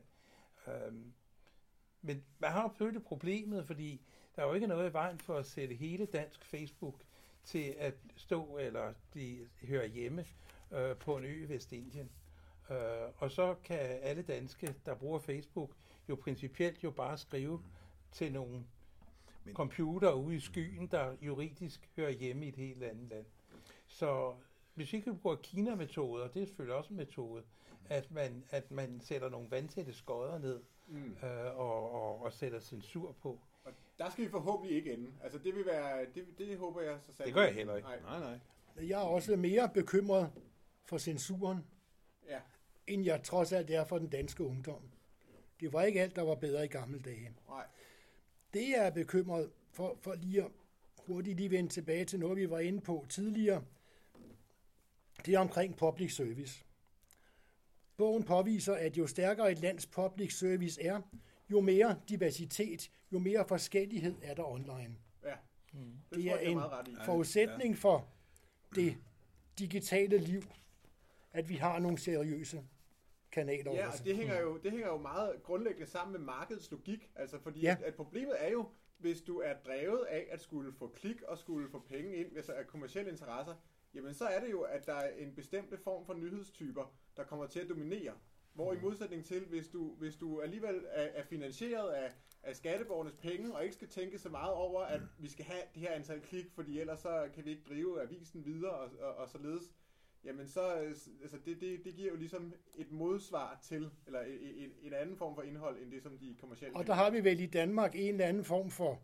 Men man har jo plødt problemet, fordi der er jo ikke noget i vejen for at sætte hele dansk Facebook til at stå eller høre hjemme på en ø i Vestindien. Og så kan alle danske, der bruger Facebook, jo principielt jo bare skrive til nogle computer ude i skyen, der juridisk hører hjemme i et helt andet land. Så hvis vi ikke bruger Kina-metoder, det er selvfølgelig også en metode, at man sætter nogle vandtætte skodder ned og sætter censur på.
Og der skal vi forhåbentlig ikke ende. Altså det vil være, det håber jeg så sandt.
Det gør jeg heller ikke.
Nej.
Jeg er også mere bekymret for censuren, end jeg trods alt er for den danske ungdom. Det var ikke alt, der var bedre i gamle dage.
Nej.
Det jeg er bekymret for lige at hurtigt vende tilbage til noget, vi var inde på tidligere, det er omkring public service. Bogen påviser, at jo stærkere et lands public service er, jo mere diversitet, jo mere forskellighed er der online.
Ja.
Det er en forudsætning for det digitale liv, at vi har nogle seriøse kanaler.
Ja, og det hænger jo meget grundlæggende sammen med markedets logik. Altså fordi at problemet er jo, hvis du er drevet af at skulle få klik og skulle få penge ind, altså af kommercielle interesser, jamen så er det jo, at der er en bestemt form for nyhedstyper, der kommer til at dominere. Hvor i modsætning til, hvis du alligevel er finansieret af skatteborgernes penge, og ikke skal tænke så meget over, at vi skal have det her antal klik, fordi ellers så kan vi ikke drive avisen videre og således, jamen så altså det giver jo ligesom et modsvar til, eller en anden form for indhold, end det som de kommercielle.
Og der har vi vel i Danmark en eller anden form for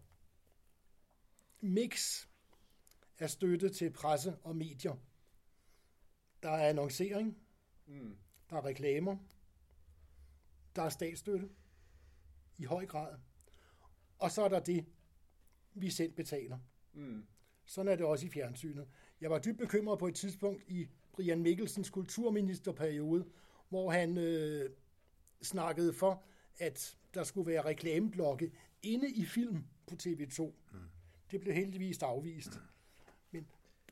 mix af støtte til presse og medier. Der er annoncering, der er reklamer, der er statsstøtte i høj grad, og så er der det, vi selv betaler. Sådan er det også i fjernsynet. Jeg var dybt bekymret på et tidspunkt i Brian Mikkelsens kulturministerperiode, hvor han snakkede for, at der skulle være reklameblokke inde i film på TV2. Det blev heldigvis afvist. Men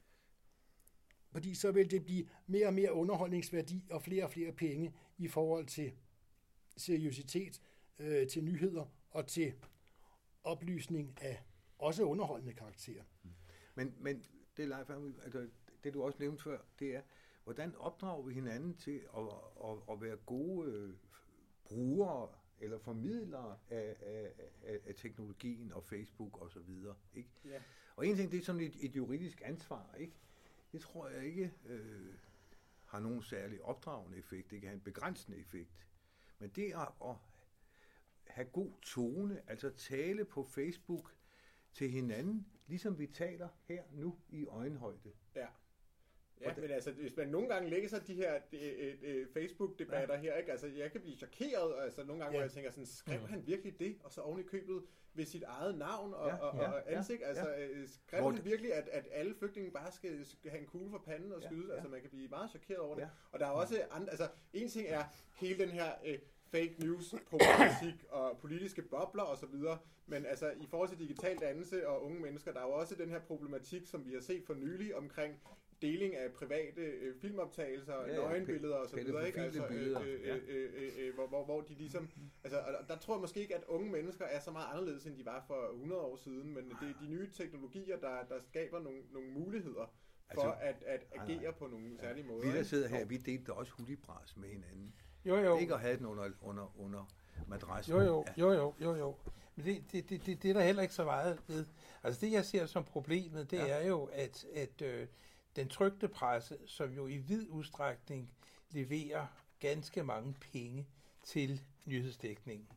fordi så vil det blive mere og mere underholdningsværdi og flere penge i forhold til seriøsitet, til nyheder og til oplysning af også underholdende karakterer.
Men det, Leif, altså, det du også nævnte før, det er, hvordan opdrager vi hinanden til at være gode brugere eller formidlere af teknologien og Facebook og så videre, ikke? Ja. Og en ting, det er sådan et juridisk ansvar, ikke? Det tror jeg ikke har nogen særlig opdragende effekt. Det kan have en begrænsende effekt. Men det at have god tone, altså tale på Facebook til hinanden, ligesom vi taler her nu i øjenhøjde.
Ja. Ja, men altså, hvis man nogle gange læser de her Facebook-debatter her, ikke? Altså, jeg kan blive chokeret, altså nogle gange, hvor jeg tænker sådan, skrev han virkelig det, og så oven i købet ved sit eget navn og ansigt, altså, skrev han virkelig, at alle flygtninge bare skal have en kugle for panden og skyde, altså man kan blive meget chokeret over det. Og der er også andre, altså, en ting er hele den her fake news, problematik og politiske bobler osv., men altså i forhold til digital dannelse og unge mennesker, der er jo også den her problematik, som vi har set for nylig omkring deling af private filmoptagelser, nøgenbilleder og så videre, ikke? Altså, hvor de ligesom, altså, der tror jeg måske ikke, at unge mennesker er så meget anderledes, end de var for 100 år siden, men det er de nye teknologier, der skaber nogle muligheder for at agere på nogle særlige måder.
Vi der sidder her, vi delte også hulibras med hinanden.
Jo.
Ikke at have den under madrassen.
Jo. Men det er der heller ikke så meget ved. Altså det, jeg ser som problemet, det er jo, at den trykte presse, som jo i vid udstrækning leverer ganske mange penge til nyhedsdækningen.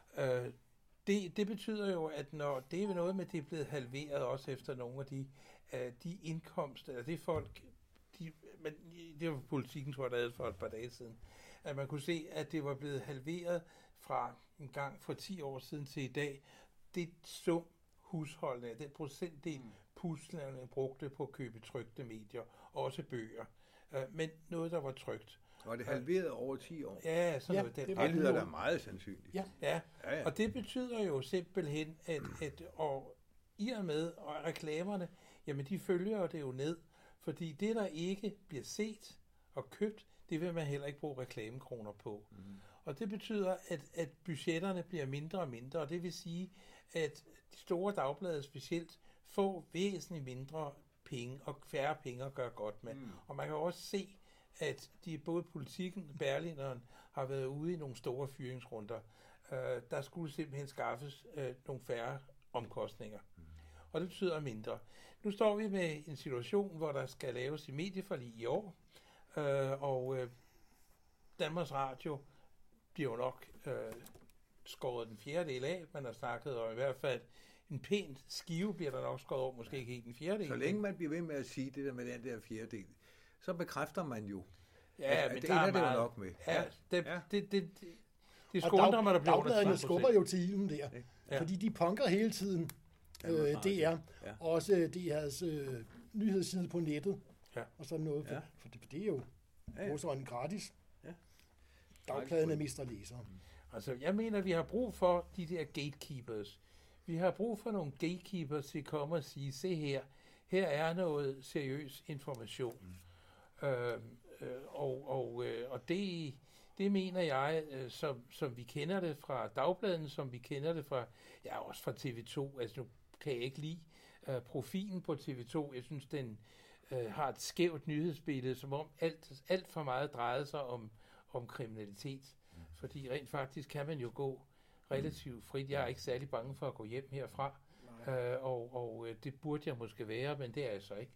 Det betyder jo, at når det er noget med, det er blevet halveret også efter nogle af de indkomster, eller det folk, men det var Politikken, tror jeg, der havde for et par dage siden, at man kunne se, at det var blevet halveret fra en gang for 10 år siden til i dag. Det sum husholdene, den procentdel puslerne brugte på at købe trykte medier, også bøger, men noget, der var trykt.
Og det halveret over 10 år?
Ja, sådan noget.
Det lyder da meget sandsynligt.
Ja, og det betyder jo simpelthen, at og i og med, og reklamerne, jamen de følger det jo ned, fordi det, der ikke bliver set og købt, det vil man heller ikke bruge reklamekroner på. Og det betyder, at budgetterne bliver mindre og mindre, og det vil sige, at de store dagblade specielt får væsentligt mindre penge og færre penge at gøre godt med. Og man kan også se, at både Politikken og Berlineren har været ude i nogle store fyringsrunder. Der skulle simpelthen skaffes nogle færre omkostninger. Og det betyder mindre. Nu står vi med en situation, hvor der skal laves et medieforlig i år, og Danmarks Radio bliver jo nok skåret den fjerdedel af. Man har snakket om i hvert fald en pæn skive bliver der nok skåret over, måske ikke helt en fjerdedel.
Så længe man bliver ved med at sige det der med den der fjerdedel, så bekræfter man jo,
men
det ender det jo nok med.
Det skånder mig, der bliver
dagbladene skubber jo til ilden der, fordi de punker hele tiden. DR, også DR's nyhedsside på nettet, og sådan noget, for det er jo en gratis. Dagbladene mister læsere.
Altså, jeg mener, vi har brug for de der gatekeepers. Vi har brug for nogle gatekeepers til at komme og sige, se her er noget seriøs information. Og det mener jeg, som vi kender det fra dagbladene, som vi kender det fra, også fra TV2. Altså, nu kan jeg ikke lide profilen på TV2. Jeg synes, den har et skævt nyhedsbillede, som om alt for meget drejede sig om kriminalitet. Fordi rent faktisk kan man jo gå relativt frit. Jeg er ikke særlig bange for at gå hjem herfra, og det burde jeg måske være, men det er jeg så ikke.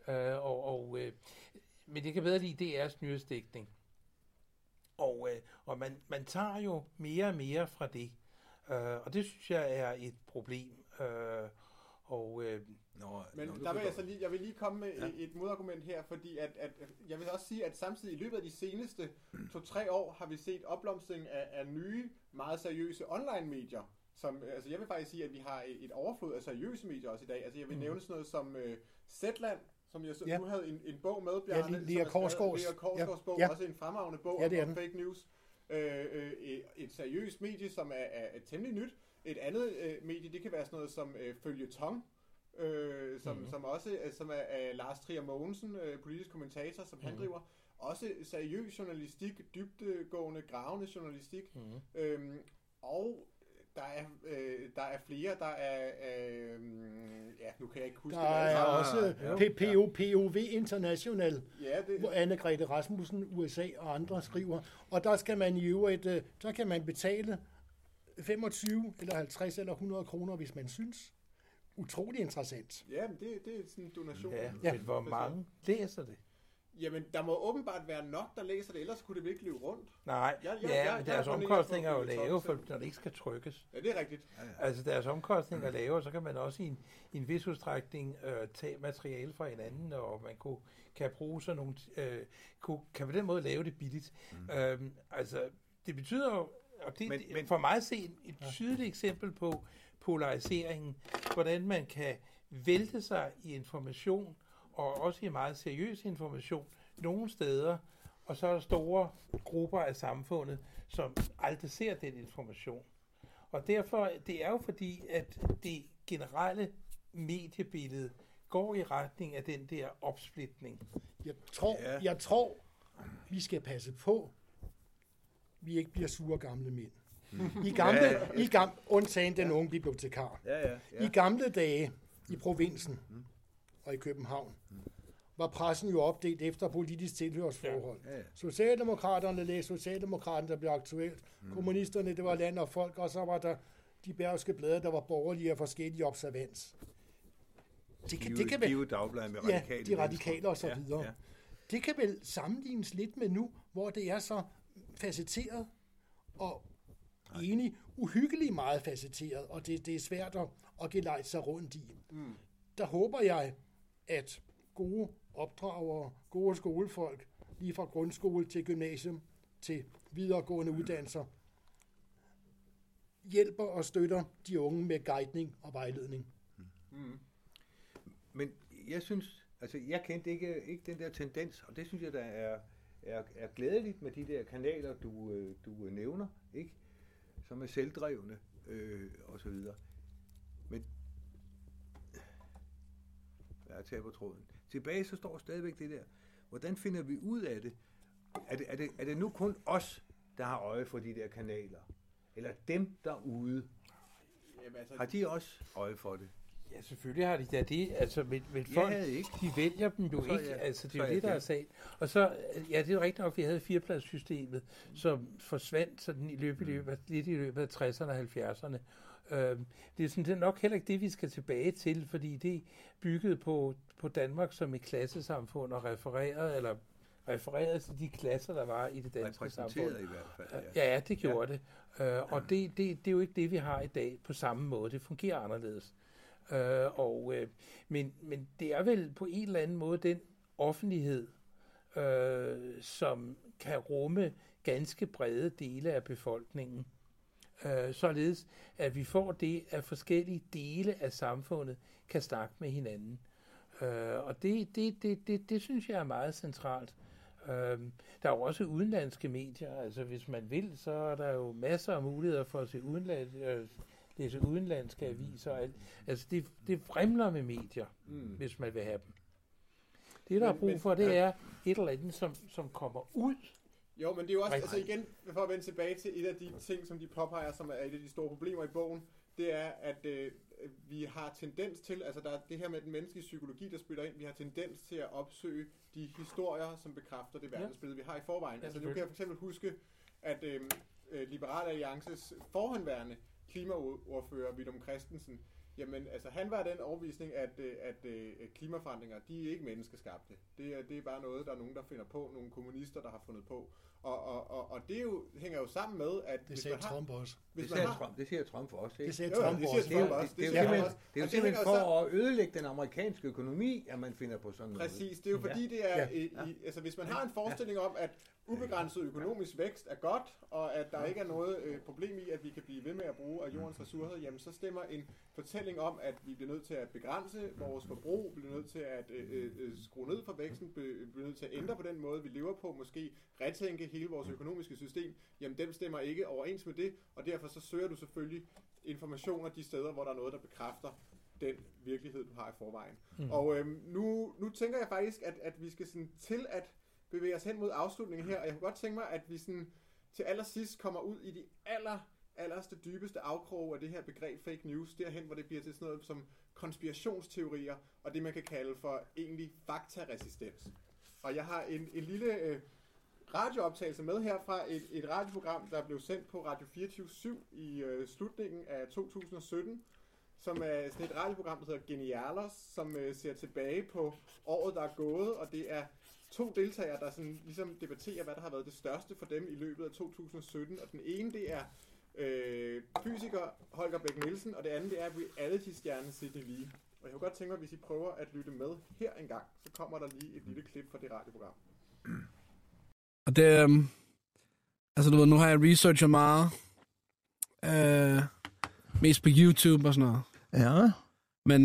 Men det kan bedre lide DR's nyhedsdækning. Og man tager jo mere og mere fra det. Og det synes jeg er et problem.
Men der vil jeg vil lige komme med et modargument her, fordi at jeg vil også sige, at samtidig i løbet af de seneste 2-3 år har vi set opblomstring af nye, meget seriøse online-medier. Altså jeg vil faktisk sige, at vi har et overflod af seriøse medier også i dag. Altså jeg vil nævne sådan noget som Zetland, som jeg så, du havde en bog med, Bjarne.
Ja, Lea Korsgaards
bog, også en fremragende bog om fake news. Et seriøst medie, som er temmelig nyt. Et andet medie, det kan være sådan noget som Føljeton, som også som er Lars Trier Mogensen, politisk kommentator, som han driver. Også seriøs journalistik, dybdegående, gravende journalistik. Og der er flere, der er nu kan jeg ikke huske
der er også POV International, hvor Anne-Grethe Rasmussen, USA og andre skriver, og der skal man i øvrigt, der kan man betale 25 eller 50 eller 100 kroner, hvis man synes. Utrolig interessant.
Ja, men det er sådan en donation.
Ja, men hvor mange læser det?
Jamen, der må åbenbart være nok, der læser det, ellers kunne det virkelig løbe rundt.
Nej, men deres omkostninger er jo lave, for når det ikke skal trykkes.
Ja, det er rigtigt.
Altså, deres omkostninger er lave, så kan man også i en vis udstrækning tage materiale fra hinanden, og man kan bruge sådan nogle, kan på den måde lave det billigt. Altså, det betyder jo, og det for mig at se et tydeligt eksempel på polariseringen, hvordan man kan vælte sig i information, og også i meget seriøs information, nogle steder, og så er der store grupper af samfundet, som aldrig ser den information. Og derfor, det er jo fordi, at det generelle mediebillede går i retning af den der opsplitning.
Jeg tror, vi skal passe på, vi ikke bliver sure gamle mænd. Undtagen den unge bibliotekar. I gamle dage i provinsen og i København var pressen jo opdelt efter politisk tilhørsforhold. Socialdemokraterne læste Socialdemokraterne, der blev aktuelt. Kommunisterne, det var Land og Folk, og så var der de bergske blade, der var borgerlige og forskellige observans. Det kan vel,
Dagblad med radikale.
De radikale og så videre. Ja. Det kan vel sammenlignes lidt med nu, hvor det er så facetteret og egentlig uhyggeligt meget facetteret, og det er svært at gelejte sig rundt i. Der håber jeg, at gode opdragere, gode skolefolk, lige fra grundskole til gymnasium til videregående uddannelser, hjælper og støtter de unge med guidning og vejledning.
Men jeg synes, altså jeg kendte ikke den der tendens, og det synes jeg, der er glædeligt med de der kanaler, du nævner, ikke? Som er selvdrevne og så videre. Men jeg tager på tråden. Tilbage så står stadigvæk det der. Hvordan finder vi ud af det? Er det nu kun os, der har øje for de der kanaler? Eller dem derude? Jamen, altså, har de også øje for det?
Ja, selvfølgelig har de da det. Altså, men folk, de vælger dem jo så ikke. Altså, det er jo det, der er sagen. Og så, ja, det er jo rigtigt nok, at vi havde firepladssystemet, som forsvandt sådan lidt i løbet af 60'erne og 70'erne. Det er sådan det er nok heller ikke det, vi skal tilbage til, fordi det byggede på Danmark som et klassesamfund og refererede til de klasser, der var i det danske samfund.
I hvert fald.
Ja, det gjorde det. Og det er jo ikke det, vi har i dag på samme måde. Det fungerer anderledes. Men det er vel på en eller anden måde den offentlighed, som kan rumme ganske brede dele af befolkningen. Således at vi får det, at forskellige dele af samfundet kan snakke med hinanden. Og det synes jeg er meget centralt. Der er jo også udenlandske medier, altså hvis man vil, så er der jo masser af muligheder for at se læse udenlandske aviser og alt. Altså det vrimler med medier, hvis man vil have dem. Det der er brug for, det er et eller andet, som kommer ud.
Jo, men det er jo også, altså igen, for at vende tilbage til et af de ting, som de påpeger, som er et af de store problemer i bogen, det er, at vi har tendens til, altså der er det her med den menneskelige psykologi, der spiller ind, vi har tendens til at opsøge de historier, som bekræfter det verdensbillede, vi har i forvejen. Ja, altså nu kan jeg for eksempel huske, at Liberal Alliances forhenværende klimaordfører, Villum Christensen, jamen altså han var den overbevisning, at klimaforandringer, de er ikke menneskeskabte. Det er bare noget, der er nogen, der finder på, nogle kommunister, der har fundet på. Og det jo, hænger jo sammen med, at...
Det siger Trump også.
Det siger Trump også.
Det siger Trump også.
Det er jo simpelthen for at ødelægge den amerikanske økonomi, at man finder på sådan noget.
Præcis, det er jo fordi, det er... Altså hvis man har en forestilling om, at ubegrænset økonomisk vækst er godt, og at der ikke er noget problem i, at vi kan blive ved med at bruge af jordens ressourcer, jamen så stemmer en fortælling om, at vi bliver nødt til at begrænse vores forbrug, bliver nødt til at skrue ned for væksten, bliver nødt til at ændre på den måde, vi lever på, måske retænke hele vores økonomiske system, jamen dem stemmer ikke overens med det, og derfor så søger du selvfølgelig informationer de steder, hvor der er noget, der bekræfter den virkelighed, du har i forvejen. Og nu tænker jeg faktisk, at vi skal sådan til at bevæge os hen mod afslutningen her, og jeg kunne godt tænke mig, at vi sådan til allersidst kommer ud i de allerste dybeste afkroge af det her begreb fake news, derhen, hvor det bliver til sådan noget som konspirationsteorier, og det man kan kalde for egentlig faktaresistens. Og jeg har en lille radiooptagelse med her fra et radioprogram, der blev sendt på Radio 24/7 i slutningen af 2017, som er sådan et radioprogram, der hedder Genialos, som ser tilbage på året, der er gået, og det er 2 deltagere, der sådan ligesom debatterer, hvad der har været det største for dem i løbet af 2017, og den ene, det er fysiker Holger Bech Nielsen, og det andet, det er reality-stjerne Sydney Lee. Og jeg kunne godt tænke mig, hvis I prøver at lytte med her en gang, så kommer der lige et lille klip fra det radioprogram.
Og det, altså du ved, nu har jeg researchet meget, mest på YouTube og sådan noget.
Ja.
Men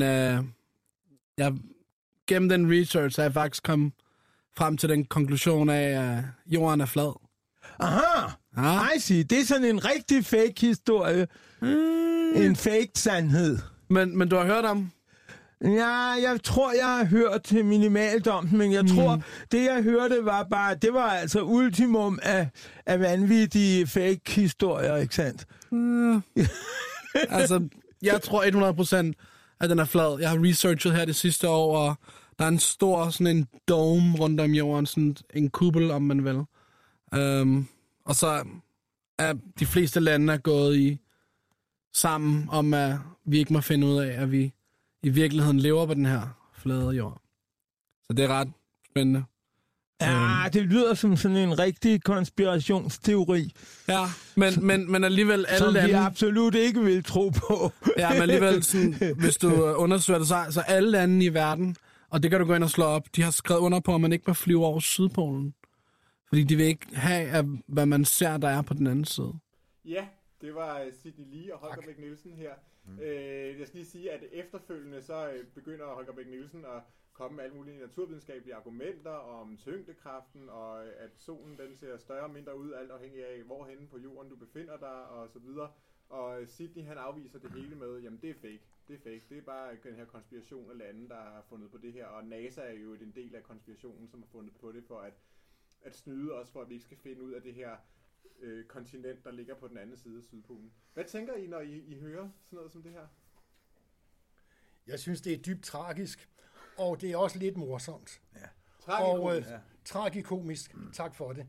gennem den research, har jeg faktisk kommet frem til den konklusion af, at jorden er flad.
Aha!
Ja.
I see. Det er sådan en rigtig fake-historie. En fake-sandhed.
Men du har hørt om?
Ja, jeg tror, jeg har hørt til minimalt om den, men jeg tror, det jeg hørte det var altså ultimum af vanvittige fake-historier, ikke sandt?
Altså, jeg tror 100%, at den er flad. Jeg har researchet her det sidste år, og der er en stor sådan en dome rundt om jorden, sådan en kuppel, om man vil. Og så er de fleste lande er gået sammen om, at vi ikke må finde ud af, at vi i virkeligheden lever på den her flade jord. Så det er ret spændende.
Ja, det lyder som sådan en rigtig konspirationsteori.
Ja, men alligevel alle lande...
Som vi absolut ikke vil tro på.
Ja, men alligevel, sådan, hvis du undersøger det, så alle lande i verden, og det kan du gå ind og slå op, de har skrevet under på, at man ikke må flyve over Sydpolen. Fordi de vil ikke have, hvad man ser, der er på den anden side.
Ja, det var Sydney Lee og Holger Bech Nielsen her. Jeg skal lige sige, at efterfølgende så begynder Holger Bech Nielsen at komme med alle mulige naturvidenskabelige argumenter om tyngdekraften, og at solen den ser større og mindre ud, alt afhængig af, hvorhenne på jorden du befinder dig, og så videre. Og Sydney, han afviser det hele med, jamen det er fake, det er bare den her konspiration af lande, der har fundet på det her, og NASA er jo en del af konspirationen, som har fundet på det for at snyde os, for at vi ikke skal finde ud af det her kontinent, der ligger på den anden side af Sydpolen. Hvad tænker I, når I hører sådan noget som det her?
Jeg synes, det er dybt tragisk, og det er også lidt morsomt.
Ja.
Tragikomisk. Tragikomisk. Tak for det.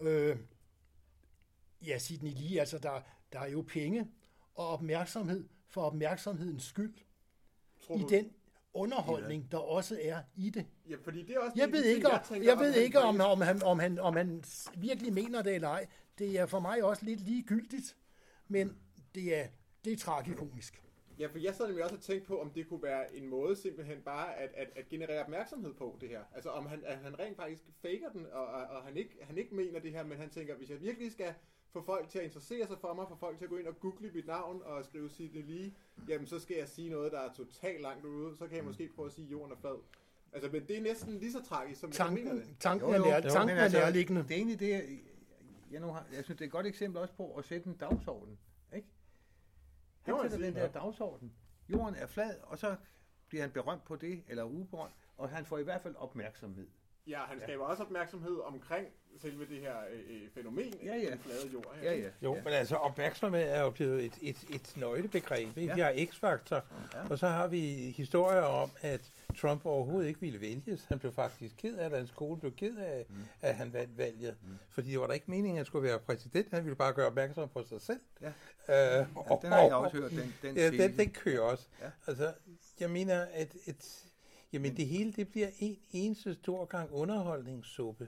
Sydney Lee, altså der er jo penge og opmærksomhed for opmærksomhedens skyld i den underholdning, der også er i det.
Ja, fordi det er også
jeg ved ikke, om han virkelig mener det eller ej. Det er for mig også lidt ligegyldigt, men det er tragikomisk.
Ja, for jeg sad nemlig også og tænkt på, om det kunne være en måde simpelthen bare at generere opmærksomhed på det her. Altså om han rent faktisk faker den, og han ikke mener det her, men han tænker, hvis jeg virkelig skal få folk til at interessere sig for mig, få folk til at gå ind og google mit navn og skrive Sydney Lee, jamen så skal jeg sige noget, der er totalt langt ude, så kan jeg måske prøve at sige, at jorden er flad. Altså, men det er næsten lige så tragisk, som jeg mener det.
Tanken er nærliggende.
Det er egentlig det, jeg synes, det er et godt eksempel også på at sætte en dagsorden, ikke? Han sætter den der dagsorden. Jorden er flad, og så bliver han berømt på det, eller uberømt, og han får i hvert fald opmærksomhed.
Ja, han skaber også opmærksomhed omkring selve det her fænomen, den flade jord.
Jo, men altså opmærksomhed er jo blevet et nøglebegreb. Ja. Vi har X-faktor, og så har vi historier om, at Trump overhovedet ikke ville vælges. Han blev faktisk ked af, at hans skole blev ked af, at han vandt valget. Fordi det var da ikke meningen, at han skulle være præsident. Han ville bare gøre opmærksom på sig selv.
Ja. Den har jeg også hørt.
Den kører også. Ja. Altså, jeg mener, at jamen det hele, det bliver en eneste stor gang underholdningssuppe,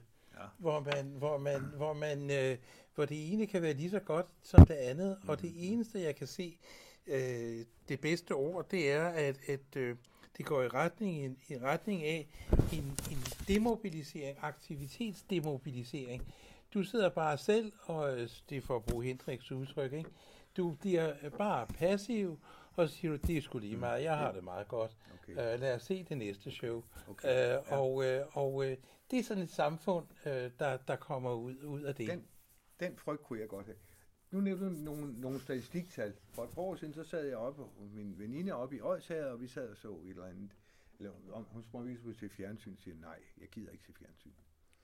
hvor det ene kan være lige så godt som det andet, og det eneste, jeg kan se, det bedste ord, det er, at det går i retning af en demobilisering, aktivitetsdemobilisering. Du sidder bare selv, og det er for at bruge Hendriks udtryk, ikke? Du bliver bare passiv, og så siger du, det er sgu lige meget, jeg har det meget godt.
Okay.
Lad os se det næste show.
Okay.
Og det er sådan et samfund, der kommer ud af det.
Den frygt kunne jeg godt have. Nu nævnte du nogle statistiktal. For et par år siden, så sad jeg oppe, min veninde oppe i Odsherred, og vi sad og så et eller andet. Eller hun spurgte, vi skulle se fjernsyn, og siger, nej, jeg gider ikke se fjernsyn.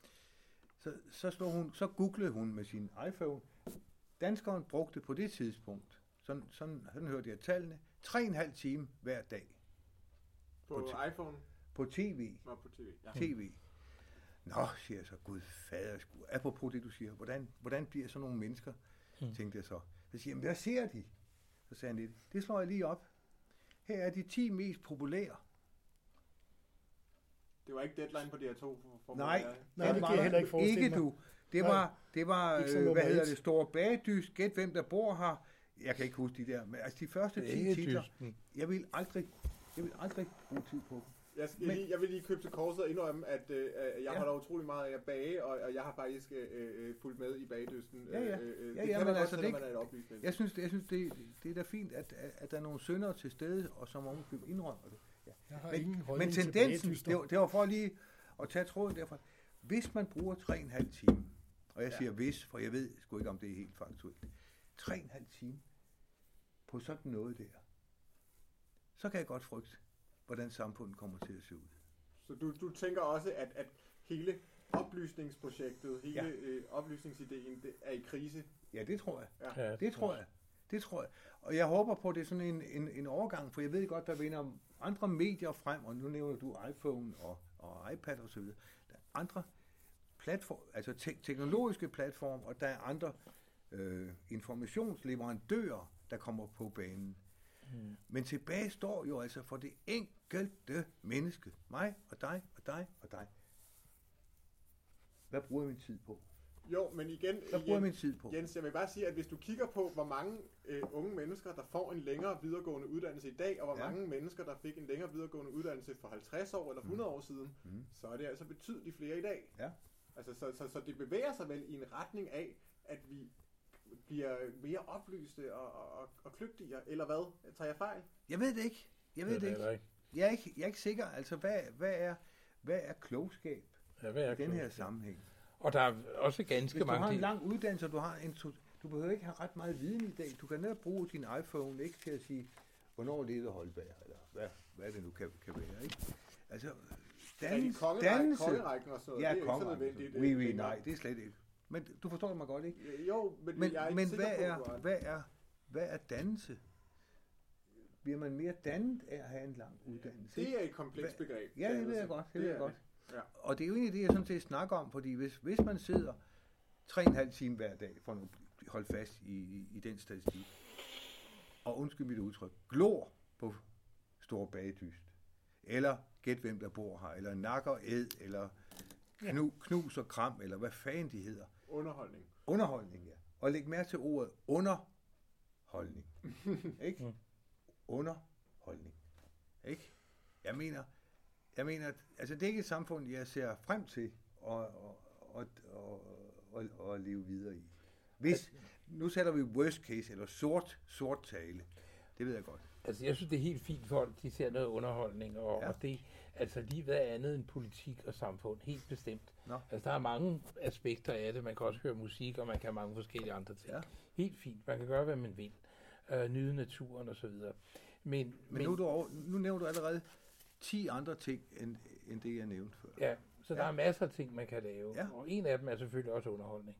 Så googlede hun med sin iPhone. Danskeren brugte på det tidspunkt, sådan hørte jeg tallene, 3,5 timer hver dag.
På iPhone?
På tv.
Nå, på tv. Ja.
TV. Nå, siger jeg så, gud fader sgu. Apropos det, du siger, hvordan bliver sådan nogle mennesker, tænkte jeg så. Så siger jeg, hvad ser de? Så sagde han lidt, det slår jeg lige op. Her er de 10 mest populære.
Det var ikke Deadline på DR2?
Nej,
det kan jeg heller ikke forestille
ikke
mig.
Det var hvad hedder det, Store Bagdyst, Gæt hvem der bor her. Jeg kan ikke huske de der, men altså de første 10 titler, jeg vil aldrig bruge tid på dem.
Jeg vil lige købe til korset og indrømme, at jeg holder utrolig meget af at bage, og jeg har faktisk fulgt med i bagdysten.
Det kan man altså ikke. Jeg synes det er da fint, at der er nogle syndere til stede, og som ovenkøb indrømmer det. Ja. Men tendensen, det var for lige at tage tråden derfra. Hvis man bruger 3,5 timer, og jeg siger hvis, for jeg ved sgu ikke, om det er helt faktuelt, 3,5 timer på sådan noget der, så kan jeg godt frygte, hvordan samfundet kommer til at se ud.
Så du tænker også, at hele oplysningsprojektet, hele oplysningsideen er i krise?
Ja, det tror jeg.
Ja.
Det tror jeg. Og jeg håber på, at det er sådan en overgang, for jeg ved godt, der vinder andre medier frem, og nu nævner du iPhone og iPad og så videre. Der er andre platform, altså teknologiske platform, og der er andre informationsleverandører, der kommer på banen. Men tilbage står jo altså for det enkelte menneske. Mig og dig og dig og dig. Hvad bruger jeg min tid på?
Jo, men igen,
hvad bruger jeg min tid på?
Jens, jeg vil bare sige, at hvis du kigger på, hvor mange unge mennesker, der får en længere videregående uddannelse i dag, og hvor mange mennesker, der fik en længere videregående uddannelse for 50 år eller 100 år siden, så er det altså betydeligt flere i dag.
Ja.
Altså, så det bevæger sig vel i en retning af, at vi bliver mere oplyste og kløgtigere, eller hvad? Tager jeg fejl?
Jeg ved det ikke. Jeg er ikke sikker. Altså, hvad er klogskab i den her sammenhæng?
Og der er også ganske mange...
Hvis du har en lang uddannelse, du behøver ikke have ret meget viden i dag. Du kan netop bruge din iPhone ikke til at sige, hvornår leder Holberg, eller hvad det nu kan være, ikke? Altså,
kongerækken og sådan noget,
ja,
det er ikke så nødvendigt.
Nej, det er slet ikke. Men du forstår mig godt, ikke?
Jo, men jeg er ikke sikker på,
hvad er dannelse? Bliver man mere dannet af at have en lang uddannelse?
Det er et komplekst begreb.
Ja, det ved jeg godt.
Ja.
Og det er jo egentlig det, jeg sådan set snakker om, fordi hvis man sidder 3,5 timer hver dag, for at holde fast i den statistik, og undskyld mit udtryk, glor på Store Bagdyst, eller Gæt hvem der bor her, eller Nak og Æd, eller Knus og Kram, eller hvad fanden de hedder. Underholdning, ja. Og læg mærke til ordet underholdning. Ikke? Underholdning. Ikke? Jeg mener, altså det er ikke et samfund, jeg ser frem til at leve videre i. Nu sætter vi worst case, eller sort tale. Det ved jeg godt.
Altså, jeg synes, det er helt fint, folk de ser noget underholdning, og det, altså livet er andet end politik og samfund, helt bestemt. Altså, der er mange aspekter af det. Man kan også høre musik, og man kan have mange forskellige andre ting. Ja. Helt fint. Man kan gøre, hvad man vil. Nyde naturen og så videre. Men
nu nævner du allerede 10 andre ting, end det, jeg nævnte før.
Ja, så der er masser af ting, man kan lave. Ja. Og en af dem er selvfølgelig også underholdning.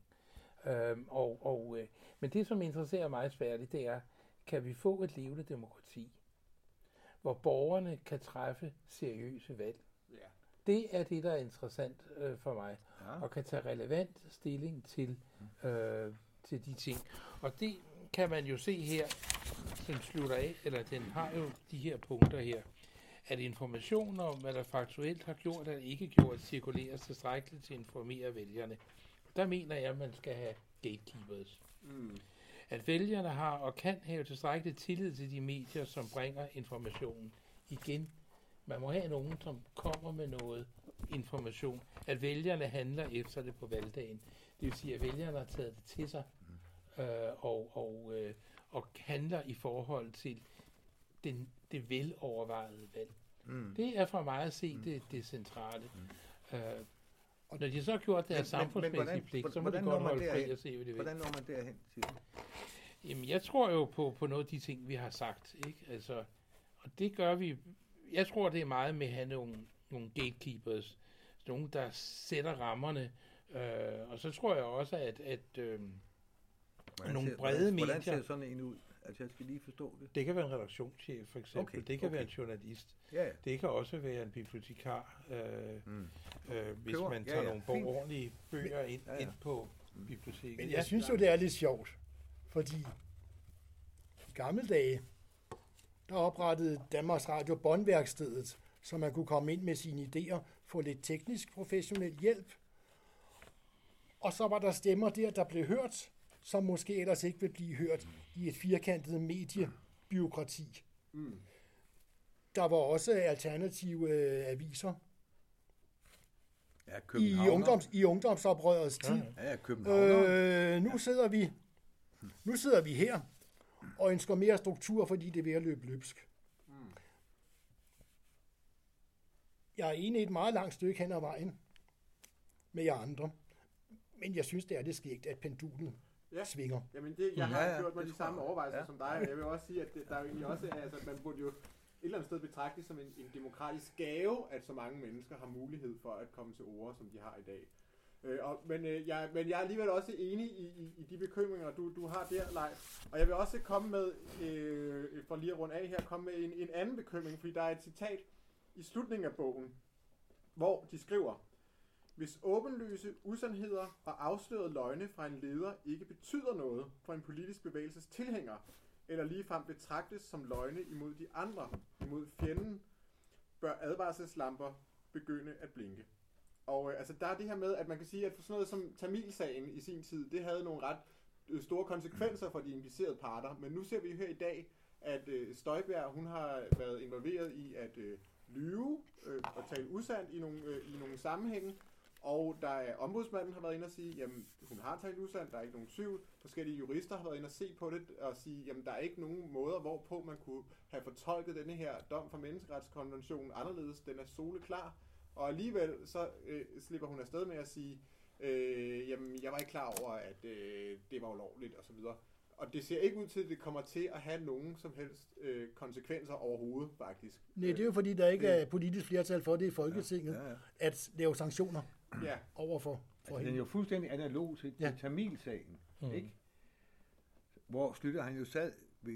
Men det, som interesserer mig særligt, det er, kan vi få et levende demokrati, hvor borgerne kan træffe seriøse valg. Ja. Det er det, der er interessant for mig, og kan tage relevant stilling til de ting. Og det kan man jo se her, den slutter af, eller den har jo de her punkter her, at information om, hvad der faktuelt har gjort eller ikke gjort, cirkuleres tilstrækkeligt til at informere vælgerne. Der mener jeg, at man skal have gatekeepers. At vælgerne har og kan have tilstrækkelig tillid til de medier, som bringer informationen. Igen, man må have nogen, som kommer med noget information. At vælgerne handler efter det på valgdagen. Det vil sige, at vælgerne har taget det til sig og handler i forhold til det velovervejede valg. Det er for mig at se det centrale. Og når de så har gjort deres samfundsmæssige pligt, så må de godt holde fri og se, hvad de vil.
Hvordan når man derhen til?
Jamen, jeg tror jo på noget af de ting, vi har sagt, ikke? Altså, og det gør vi. Jeg tror, det er meget med at have nogle gatekeepers, nogen, der sætter rammerne. Og så tror jeg også, at nogle brede medier...
Hvordan ser sådan en ud? Altså, jeg skal lige forstå det.
Det kan være en redaktionschef, for eksempel. Det kan være en journalist.
Ja.
Det kan også være en bibliotekar, hvis man tager nogle ordentlige bøger ind på biblioteket.
Men jeg synes jo, det er lidt sjovt, fordi i gamle dage, der oprettede Danmarks Radio Båndværkstedet, så man kunne komme ind med sine idéer, få lidt teknisk professionel hjælp. Og så var der stemmer der blev hørt, som måske ellers ikke vil blive hørt i et firkantet mediebyråkrati. Der var også alternative aviser.
Ja,
i ungdomsoprørets tid.
Ja, København.
Nu sidder vi her og ønsker mere struktur, fordi det er ved at løbe løbsk. Jeg er enig i et meget langt stykke hen ad vejen med jer andre. Men jeg synes, det er lidt skægt, at pendulet svinger.
Jamen, jeg har gjort mig de samme overvejelser som dig. Jeg vil også sige, at der er jo egentlig også, altså, man burde jo et eller andet sted betragte det som en demokratisk gave, at så mange mennesker har mulighed for at komme til ord, som de har i dag. Men jeg er alligevel også enig i de bekymringer, du har der, Leif. Og jeg vil også komme med, for lige at runde af her, komme med en anden bekymring, fordi der er et citat i slutningen af bogen, hvor de skriver: Hvis åbenlyse usandheder og afslørede løgne fra en leder ikke betyder noget for en politisk bevægelses tilhængere, eller ligefrem betragtes som løgne imod de andre, imod fjenden, bør advarselslamper begynde at blinke. Og altså, der er det her med, at man kan sige, at for sådan noget som Tamilsagen i sin tid, det havde nogle ret store konsekvenser for de implicerede parter, men nu ser vi her i dag, at Støjberg, hun har været involveret i at lyve og tale usandt i nogle sammenhænge, og der er ombudsmanden har været inde og sige, jamen hun har talt usandt, der er ikke nogen tvivl. Forskellige jurister har været inde og se på det og sige, jamen der er ikke nogen måder, hvorpå man kunne have fortolket denne her dom fra menneskeretskonventionen anderledes. Den er soleklar, og alligevel så slipper hun afsted med at sige, jamen jeg var ikke klar over, at det var ulovligt osv. Og det ser ikke ud til, at det kommer til at have nogen som helst konsekvenser overhovedet, faktisk.
Nej, det er jo fordi, der ikke er politisk flertal for det i Folketinget, at lave sanktioner overfor
hende. Den er jo fuldstændig analog til Tamilsagen, ikke? Hvor Schlüter han jo sad ved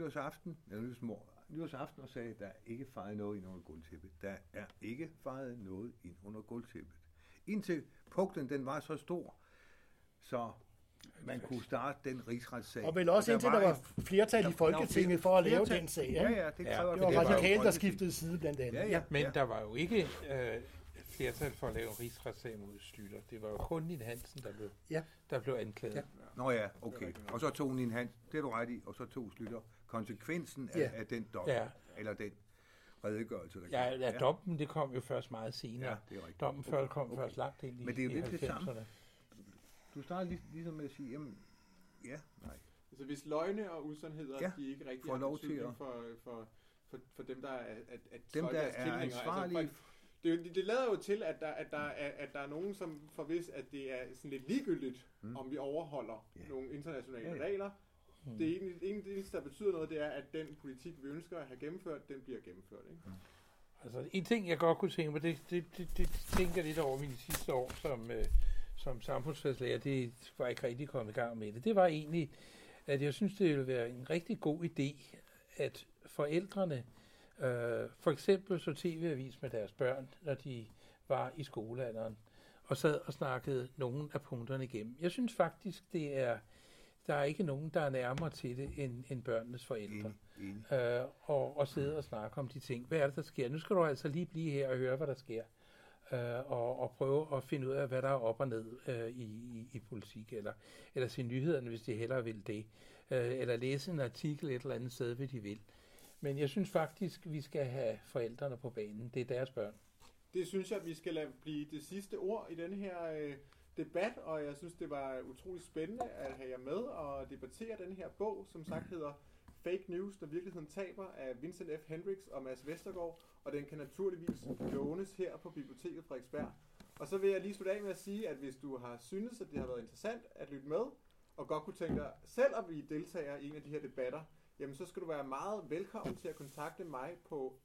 nytårsaften og sagde, at der er ikke fejet noget ind under gulvtæppet. Der er ikke fejet noget ind under gulvtæppet. Indtil puklen, den var så stor, så man kunne starte den rigsretssag.
Og vel også indtil der var flertal i Folketinget for at lave den sag.
Ja, det kræver
det var radikalt, der skiftede side blandt andet.
Ja. Men der var jo ikke flertal for at lave en rigsretssag mod Schlüter. Det var jo kun Nien Hansen, der blev anklaget. Ja.
Nå ja, okay. Og så tog Nien Hansen, det er du ret i, og så tog Schlüter konsekvensen af den dom, eller den redegørelse.
Dommen, det kom jo først meget senere.
Ja, det er rigtigt.
Dommen kom først langt ind i 90'erne.
Men det er jo lidt det samme. Du starter ligesom med at sige, jamen, nej.
Altså hvis løgne og usandheder, de ikke rigtig har betydning for dem, der er
dem, der er ansvarlige.
Altså, det lader jo til, at der er nogen, som forvis, at det er sådan lidt ligegyldigt, om vi overholder nogle internationale regler. Det eneste, der betyder noget, det er, at den politik, vi ønsker at have gennemført, den bliver gennemført. Ikke?
Altså en ting, jeg godt kunne tænke mig, det tænker jeg lidt over mine sidste år som samfundsfagslærer, det var ikke rigtig kommet i gang med det. Det var egentlig, at jeg synes, det ville være en rigtig god idé, at forældrene for eksempel så tv-avis med deres børn, når de var i skolealderen, og sad og snakkede nogle af punkterne igennem. Jeg synes faktisk, der er ikke nogen, der er nærmere til det end børnenes forældre. Og sidde og snakke om de ting. Hvad er det, der sker? Nu skal du altså lige blive her og høre, hvad der sker. Og prøve at finde ud af, hvad der er op og ned i politik, eller se nyhederne, hvis de hellere vil det, eller læse en artikel et eller andet sted, hvad de vil. Men jeg synes faktisk, vi skal have forældrene på banen. Det er deres børn.
Det synes jeg, vi skal lade blive det sidste ord i denne her debat, og jeg synes, det var utroligt spændende at have jer med og debattere den her bog, som sagt hedder Fake News, når virkeligheden taber af Vincent F. Hendricks og Mads Vestergaard, og den kan naturligvis lånes her på Biblioteket Frederiksberg. Og så vil jeg lige slutte af med at sige, at hvis du har syntes, at det har været interessant at lytte med, og godt kunne tænke dig selv at blive deltager i en af de her debatter, jamen så skal du være meget velkommen til at kontakte mig på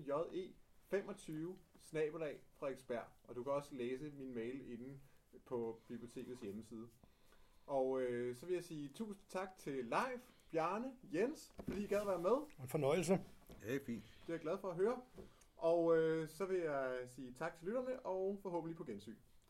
anje25@Frederiksberg, og du kan også læse min mail inde på bibliotekets hjemmeside. Og så vil jeg sige tusind tak til Leif, Bjarne, Jens, fordi I gad være med.
En fornøjelse.
Ja, det er fint.
Det er jeg glad for at høre. Og så vil jeg sige tak til lytterne, og forhåbentlig på gensyn.